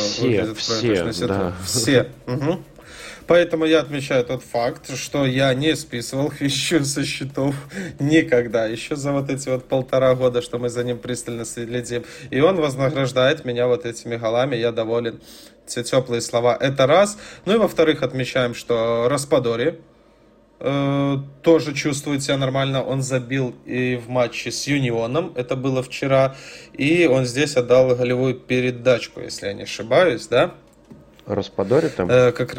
все. Угу. Поэтому я отмечаю тот факт, что я не списывал Хвичу со счетов никогда. Еще за вот эти 1,5 года, что мы за ним пристально следим. И он вознаграждает меня вот этими голами. Я доволен. Все теплые слова. Это раз. Ну и во-вторых, отмечаем, что Распадори тоже чувствует себя нормально. Он забил и в матче с Юнионом, это было вчера, и он здесь отдал голевую передачку, если я не ошибаюсь, да? Распадори там? Как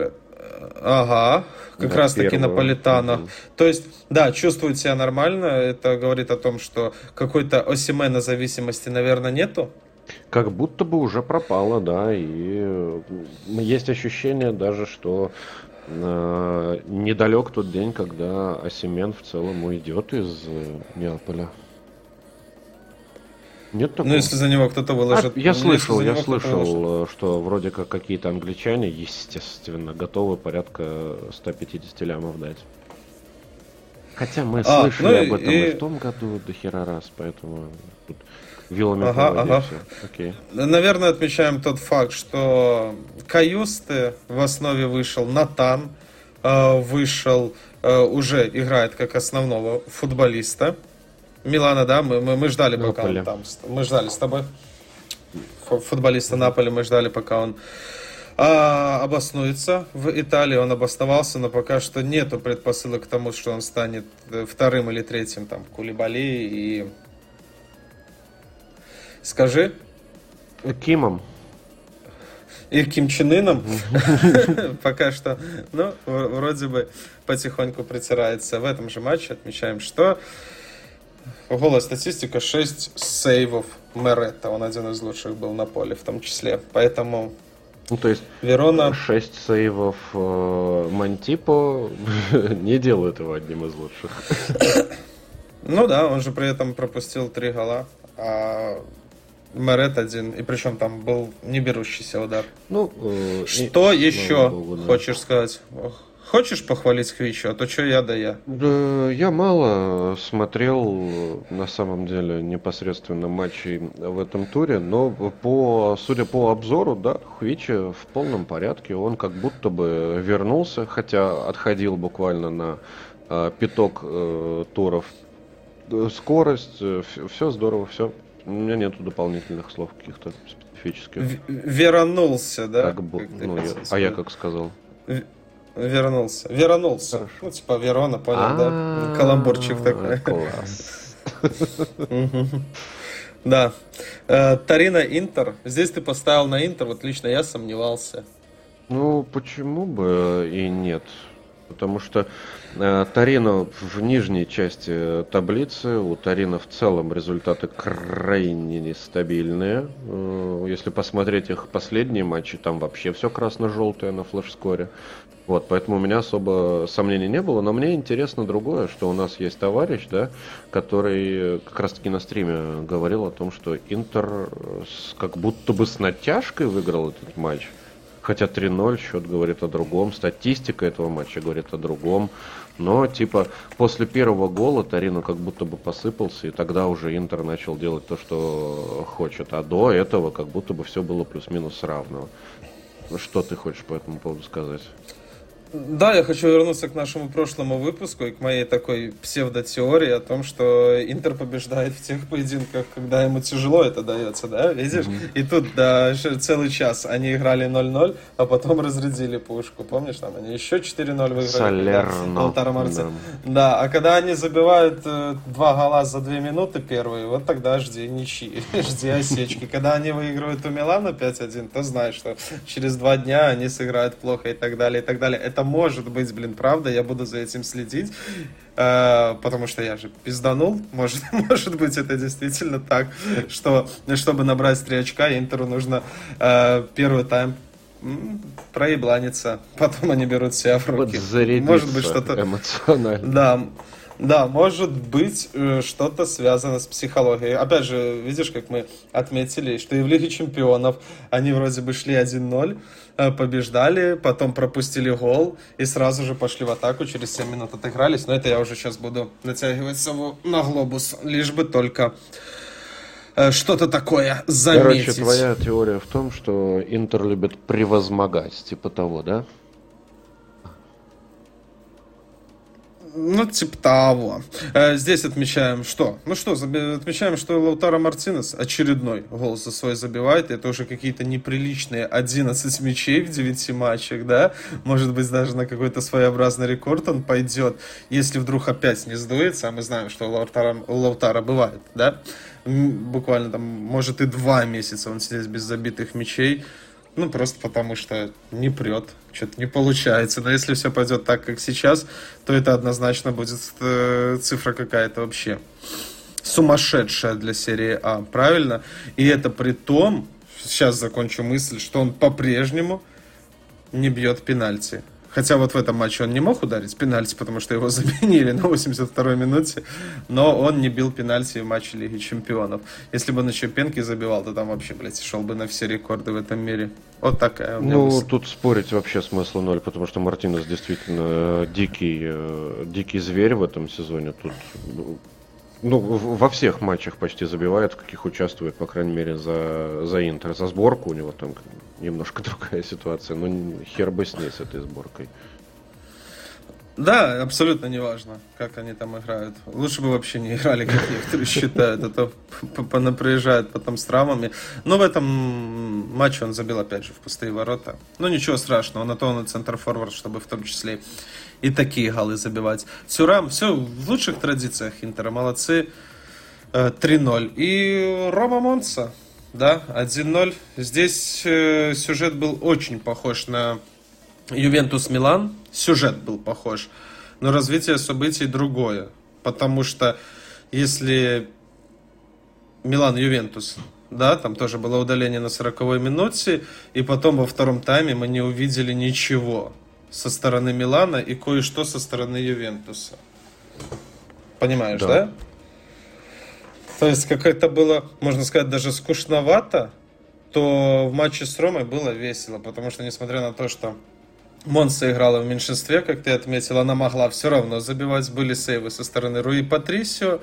раз таки Наполитано. То есть, да, чувствует себя нормально. Это говорит о том, что какой-то Осимена зависимости, наверное, нету. Как будто бы уже пропало, да, и есть ощущение даже, что недалек тот день, когда Осимен в целом уйдет из Неаполя. Нет такого? Ну, если за него кто-то выложит... Я слышал, что вроде как какие-то англичане, естественно, готовы порядка 150 лямов дать. Хотя мы слышали об этом и в том году до хера раз, поэтому тут вилами по воде все. Окей. Наверное, отмечаем тот факт, что Каюсте в основе вышел, Натан вышел, уже играет как основного футболиста. Милана, да, мы ждали, пока он там. Мы ждали с тобой футболиста Наполи, мы ждали, пока он обоснуется в Италии. Он обосновался, но пока что нету предпосылок к тому, что он станет вторым или третьим там Кулибали и... Скажи? Кимом. И Ким Чен Ыном. Пока что, вроде бы потихоньку притирается. В этом же матче отмечаем, что голая статистика 6 сейвов Меретта. Он один из лучших был на поле в том числе. Поэтому то есть Верона... 6 сейвов Мантипо не делают его одним из лучших. Ну да, он же при этом пропустил 3 гола. А Мерет один, и причем там был не берущийся удар. Что еще хочешь сказать? Хочешь похвалить Хвичу, а то что я. Да, я мало смотрел, на самом деле, непосредственно матчей в этом туре, но судя по обзору, да, Хвича в полном порядке, он как будто бы вернулся, хотя отходил буквально на пяток туров. Скорость, все здорово, все. У меня нету дополнительных слов каких-то специфических. Вернулся, да? Я как сказал? Вернулся. Хорошо. Ну, типа Верона, понял, да? Каламбурчик такой. Класс. Да. Торино Интер. Здесь ты поставил на Интер, вот лично я сомневался. Ну, почему бы и нет? Потому что Торино в нижней части таблицы, у Торино в целом результаты крайне нестабильные. Если посмотреть их последние матчи, там вообще все красно-желтое на флеш-скоре. Вот, поэтому у меня особо сомнений не было, но мне интересно другое, что у нас есть товарищ, да, который как раз-таки на стриме говорил о том, что Интер как будто бы с натяжкой выиграл этот матч. Хотя 3-0 счет говорит о другом, статистика этого матча говорит о другом. Но, типа, после первого гола Торино как будто бы посыпался, и тогда уже Интер начал делать то, что хочет. А до этого как будто бы все было плюс-минус равно. Что ты хочешь по этому поводу сказать? Да, я хочу вернуться к нашему прошлому выпуску и к моей такой псевдотеории о том, что Интер побеждает в тех поединках, когда ему тяжело это дается, да, видишь? И тут, да, целый час они играли 0-0, а потом разрядили пушку, помнишь, там они еще 4-0 выиграли. Салерно. Да, а когда они забивают 2 гола за 2 минуты первые, вот тогда жди ничьи, жди осечки. Когда они выигрывают у Милана 5-1, то знаешь, что через 2 дня они сыграют плохо и так далее, и так далее. Это может быть, правда, я буду за этим следить, потому что я же пизданул, может быть, это действительно так, что чтобы набрать 3 очка, Интеру нужно первый тайм проебланиться, потом они берут себя в руки. Может быть, что-то эмоционально. Да, может быть, что-то связано с психологией. Опять же, видишь, как мы отметили, что и в Лиге Чемпионов они вроде бы шли 1-0, побеждали, потом пропустили гол и сразу же пошли в атаку, через 7 минут отыгрались. Но это я уже сейчас буду натягивать сову на глобус, лишь бы только что-то такое заметить. Короче, твоя теория в том, что Интер любит превозмогать, типа того, да? Ну, типа того. Здесь отмечаем что? Отмечаем, что Лаутаро Мартинес очередной гол за свой забивает. Это уже какие-то неприличные 11 мячей в 9 матчах, да? Может быть, даже на какой-то своеобразный рекорд он пойдет, если вдруг опять не сдуется. А мы знаем, что у Лаутаро бывает, да? Буквально там, может, и 2 месяца он сидит без забитых мячей. Ну, просто потому что не прет, что-то не получается. Но если все пойдет так, как сейчас, то это однозначно будет цифра какая-то вообще сумасшедшая для серии А, правильно? И это при том, сейчас закончу мысль, что он по-прежнему не бьет пенальти. Хотя вот в этом матче он не мог ударить пенальти, потому что его заменили на 82-й минуте, но он не бил пенальти в матче Лиги Чемпионов. Если бы на Чемпенке забивал, то там вообще, шел бы на все рекорды в этом мире. Вот такая у меня мысль. Тут спорить вообще смысла ноль, потому что Мартинес действительно дикий зверь в этом сезоне. Тут во всех матчах почти забивает, в каких участвует, по крайней мере, за Интер. За сборку у него там немножко другая ситуация, но хер бы с ней, с этой сборкой. Да, абсолютно неважно, как они там играют. Лучше бы вообще не играли, как некоторые считают, а то понаприезжают потом с травмами. Но в этом матче он забил опять же в пустые ворота. Ну ничего страшного, на то он и центр-форвард, чтобы в том числе и такие голы забивать. Тюрам, все в лучших традициях Интера, молодцы. 3-0. И Рома Монца, да, 1-0. Здесь сюжет был очень похож на Ювентус-Милан. Сюжет был похож, но развитие событий другое. Потому что если Милан-Ювентус, да, там тоже было удаление на 40-й минуте, и потом во втором тайме мы не увидели ничего со стороны Милана и кое-что со стороны Ювентуса. Понимаешь, да? То есть, как это было, можно сказать, даже скучновато, то в матче с Ромой было весело, потому что, несмотря на то, что Монса играла в меньшинстве, как ты отметил, она могла все равно забивать. Были сейвы со стороны Руи Патрисио,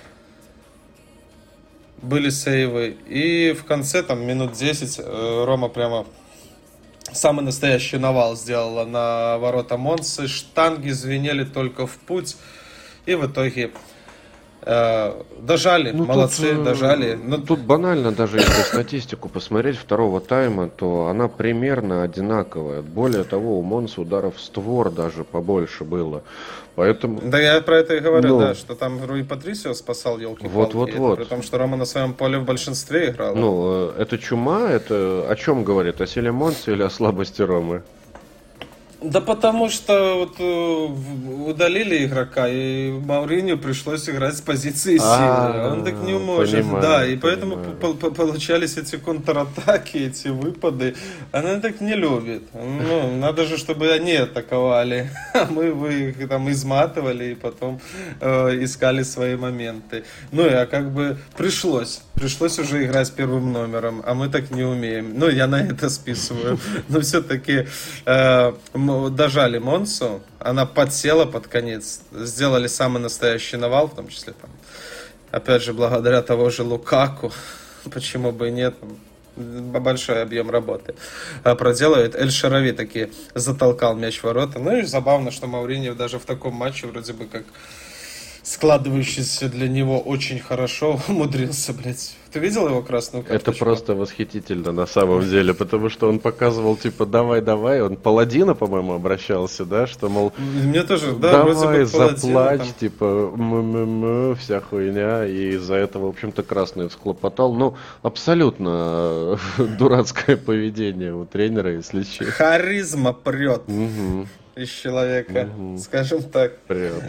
были сейвы. И в конце, там, минут 10, Рома прямо самый настоящий навал сделала на ворота Монсы. Штанги звенели только в путь. И в итоге Дожали, молодцы, дожали. Тут банально, даже если статистику посмотреть второго тайма, то она примерно одинаковая. Более того, у Монса ударов в створ даже побольше было. Поэтому... Да, я про это и говорю, да, что там Руи Патрисио спасал, елки-палки. Вот. При том, что Рома на своем поле в большинстве играл. Это чума, это о чем говорит? О силе Монса или о слабости Ромы? Да потому что вот удалили игрока, и Мауриньо пришлось играть с позиции силы. Он так не может. И поэтому получались эти контратаки, эти выпады. Она так не любит. Надо же, чтобы они атаковали. А мы их там изматывали и потом искали свои моменты. Пришлось уже играть первым номером, а мы так не умеем. Я на это списываю. Но все-таки дожали Монсу, она подсела под конец, сделали самый настоящий навал, в том числе там, опять же, благодаря того же Лукаку, почему бы и нет, большой объем работы проделывает. Эль-Шарави таки затолкал мяч в ворота. И забавно, что Мауриньо даже в таком матче, вроде бы как складывающийся для него очень хорошо, умудрился, блядь. Ты видел его красную карточку? Это просто восхитительно на самом деле, потому что он показывал, типа, давай, он Паладина, по-моему, обращался, да, что, мол, мне тоже, да, давай, заплачь, там... типа, вся хуйня, и из-за этого, в общем-то, красный всхлопотал. Абсолютно дурацкое поведение у тренера, если честно. Харизма прет. Из человека, скажем так. Привет.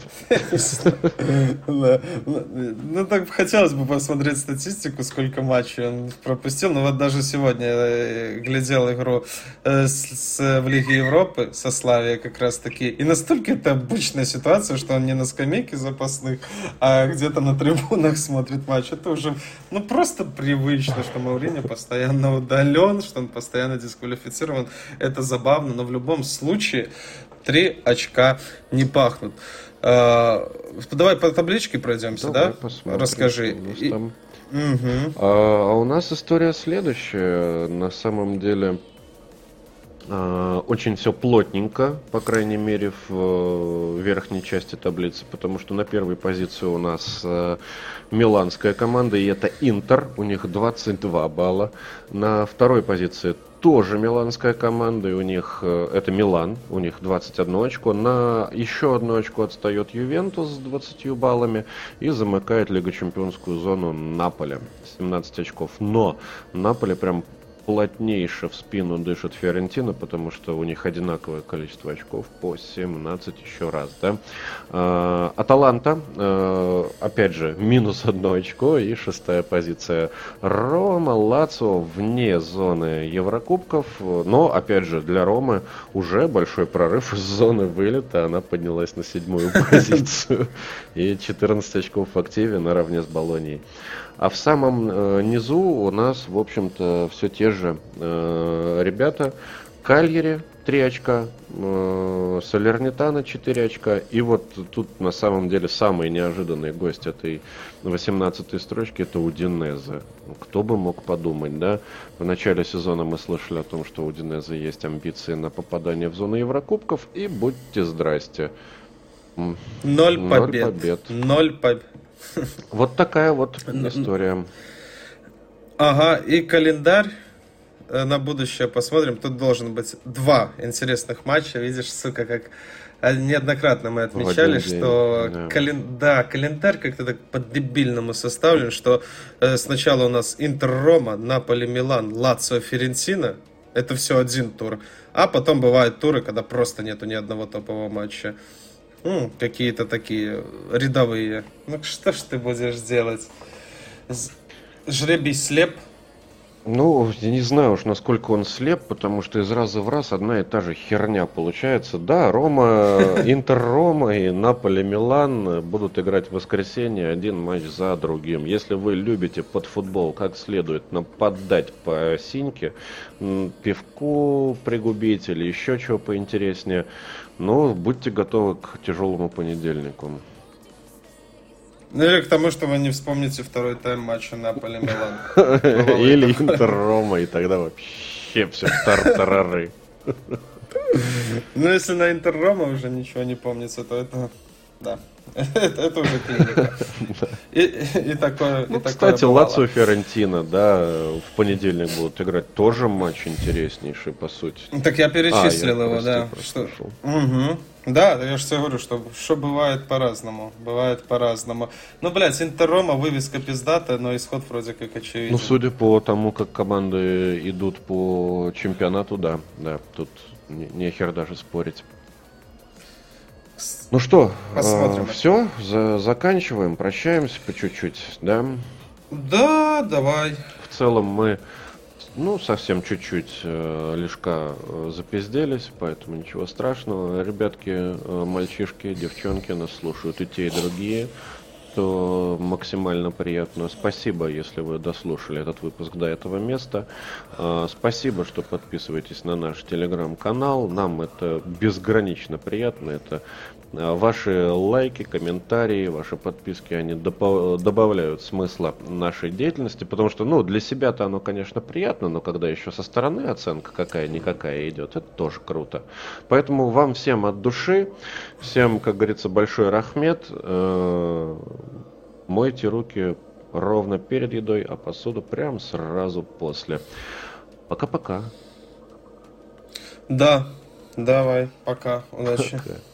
Так хотелось бы посмотреть статистику, сколько матчей он пропустил. Вот даже сегодня я глядел игру в Лиге Европы со Славией как раз таки. И настолько это обычная ситуация, что он не на скамейке запасных, а где-то на трибунах смотрит матч. Это уже просто привычно, что Мауриньо постоянно удален, что он постоянно дисквалифицирован. Это забавно, но в любом случае 3 очка не пахнут. Давай по табличке пройдемся, давай, да? Посмотрим, расскажи. У нас история следующая. На самом деле очень все плотненько, по крайней мере, в верхней части таблицы, потому что на первой позиции у нас миланская команда, и это Интер, у них 22 балла. На второй позиции тоже миланская команда, и у них это Милан, у них 21 очко. На еще 1 очко отстает Ювентус с 20 баллами и замыкает Лигу Чемпионскую зону Наполе, 17 очков. Но Наполе прям плотнейше в спину дышит Фиорентина, потому что у них одинаковое количество очков по 17 еще раз, да. Аталанта, опять же, минус 1 очко и 6-я позиция. Рома, Лацио вне зоны Еврокубков, но, опять же, для Ромы уже большой прорыв из зоны вылета, она поднялась на 7-ю позицию и 14 очков в активе наравне с Болонией. А в самом низу у нас, в общем-то, все те же ребята. Кальяри 3 очка, Салернитана 4 очка. И вот тут на самом деле самый неожиданный гость этой 18-й строчки — это Удинезе. Кто бы мог подумать, да? В начале сезона мы слышали о том, что у Удинезе есть амбиции на попадание в зону Еврокубков. И будьте здрасте. 0 побед. 0 побед. Вот такая вот история. Ага, и календарь на будущее посмотрим. Тут должен быть 2 интересных матча. Видишь, сука, как неоднократно мы отмечали, что календарь как-то так по-дебильному составлен, что сначала у нас Интер-Рома, Наполи-Милан, Лацио-Фиорентина. Это все один тур. А потом бывают туры, когда просто нету ни одного топового матча. Какие-то такие рядовые. Что ж ты будешь делать? Жребий слеп? Я не знаю уж, насколько он слеп, потому что из раза в раз одна и та же херня получается. Да, Интер-Рома и Наполи-Милан будут играть в воскресенье один матч за другим. Если вы любите под футбол как следует поддать по синьке, пивку пригубить или еще чего поинтереснее, будьте готовы к тяжелому понедельнику. Или к тому, что вы не вспомните второй тайм матча Наполи-Милан. Или Интер-Рома, и тогда вообще все в тартарары. Если на Интер-Рома уже ничего не помнится, то это... Да. Это уже клиника. И такое, Ну, и такое кстати, бывало. Лацио Фиорентина, да, в понедельник будут играть. Тоже матч интереснейший, по сути. Так я перечислил я, его, прости, да. прослушал. Мгм. Да, я же тебе говорю, что бывает по-разному. Бывает по-разному. Ну, блядь, Интер-Рома, вывеска пиздатая, но исход вроде как очевиден. Ну, судя по тому, как команды идут по чемпионату, да, тут нехер даже спорить. Ну что, Посмотрим. все, заканчиваем, прощаемся по чуть-чуть, да? Да, давай. В целом мы, совсем чуть-чуть лишка запизделись, поэтому ничего страшного. Ребятки, мальчишки, девчонки нас слушают и те, и другие, то максимально приятно. Спасибо, если вы дослушали этот выпуск до этого места. Спасибо, что подписываетесь на наш телеграм-канал. Нам это безгранично приятно. Это ваши лайки, комментарии, ваши подписки, они добавляют смысла нашей деятельности, потому что, для себя-то оно, конечно, приятно, но когда еще со стороны оценка какая-никакая идет, это тоже круто. Поэтому вам всем от души, всем, как говорится, большой рахмет. Мойте руки ровно перед едой, а посуду прям сразу после. Пока-пока. Да, давай, пока, удачи. Пока.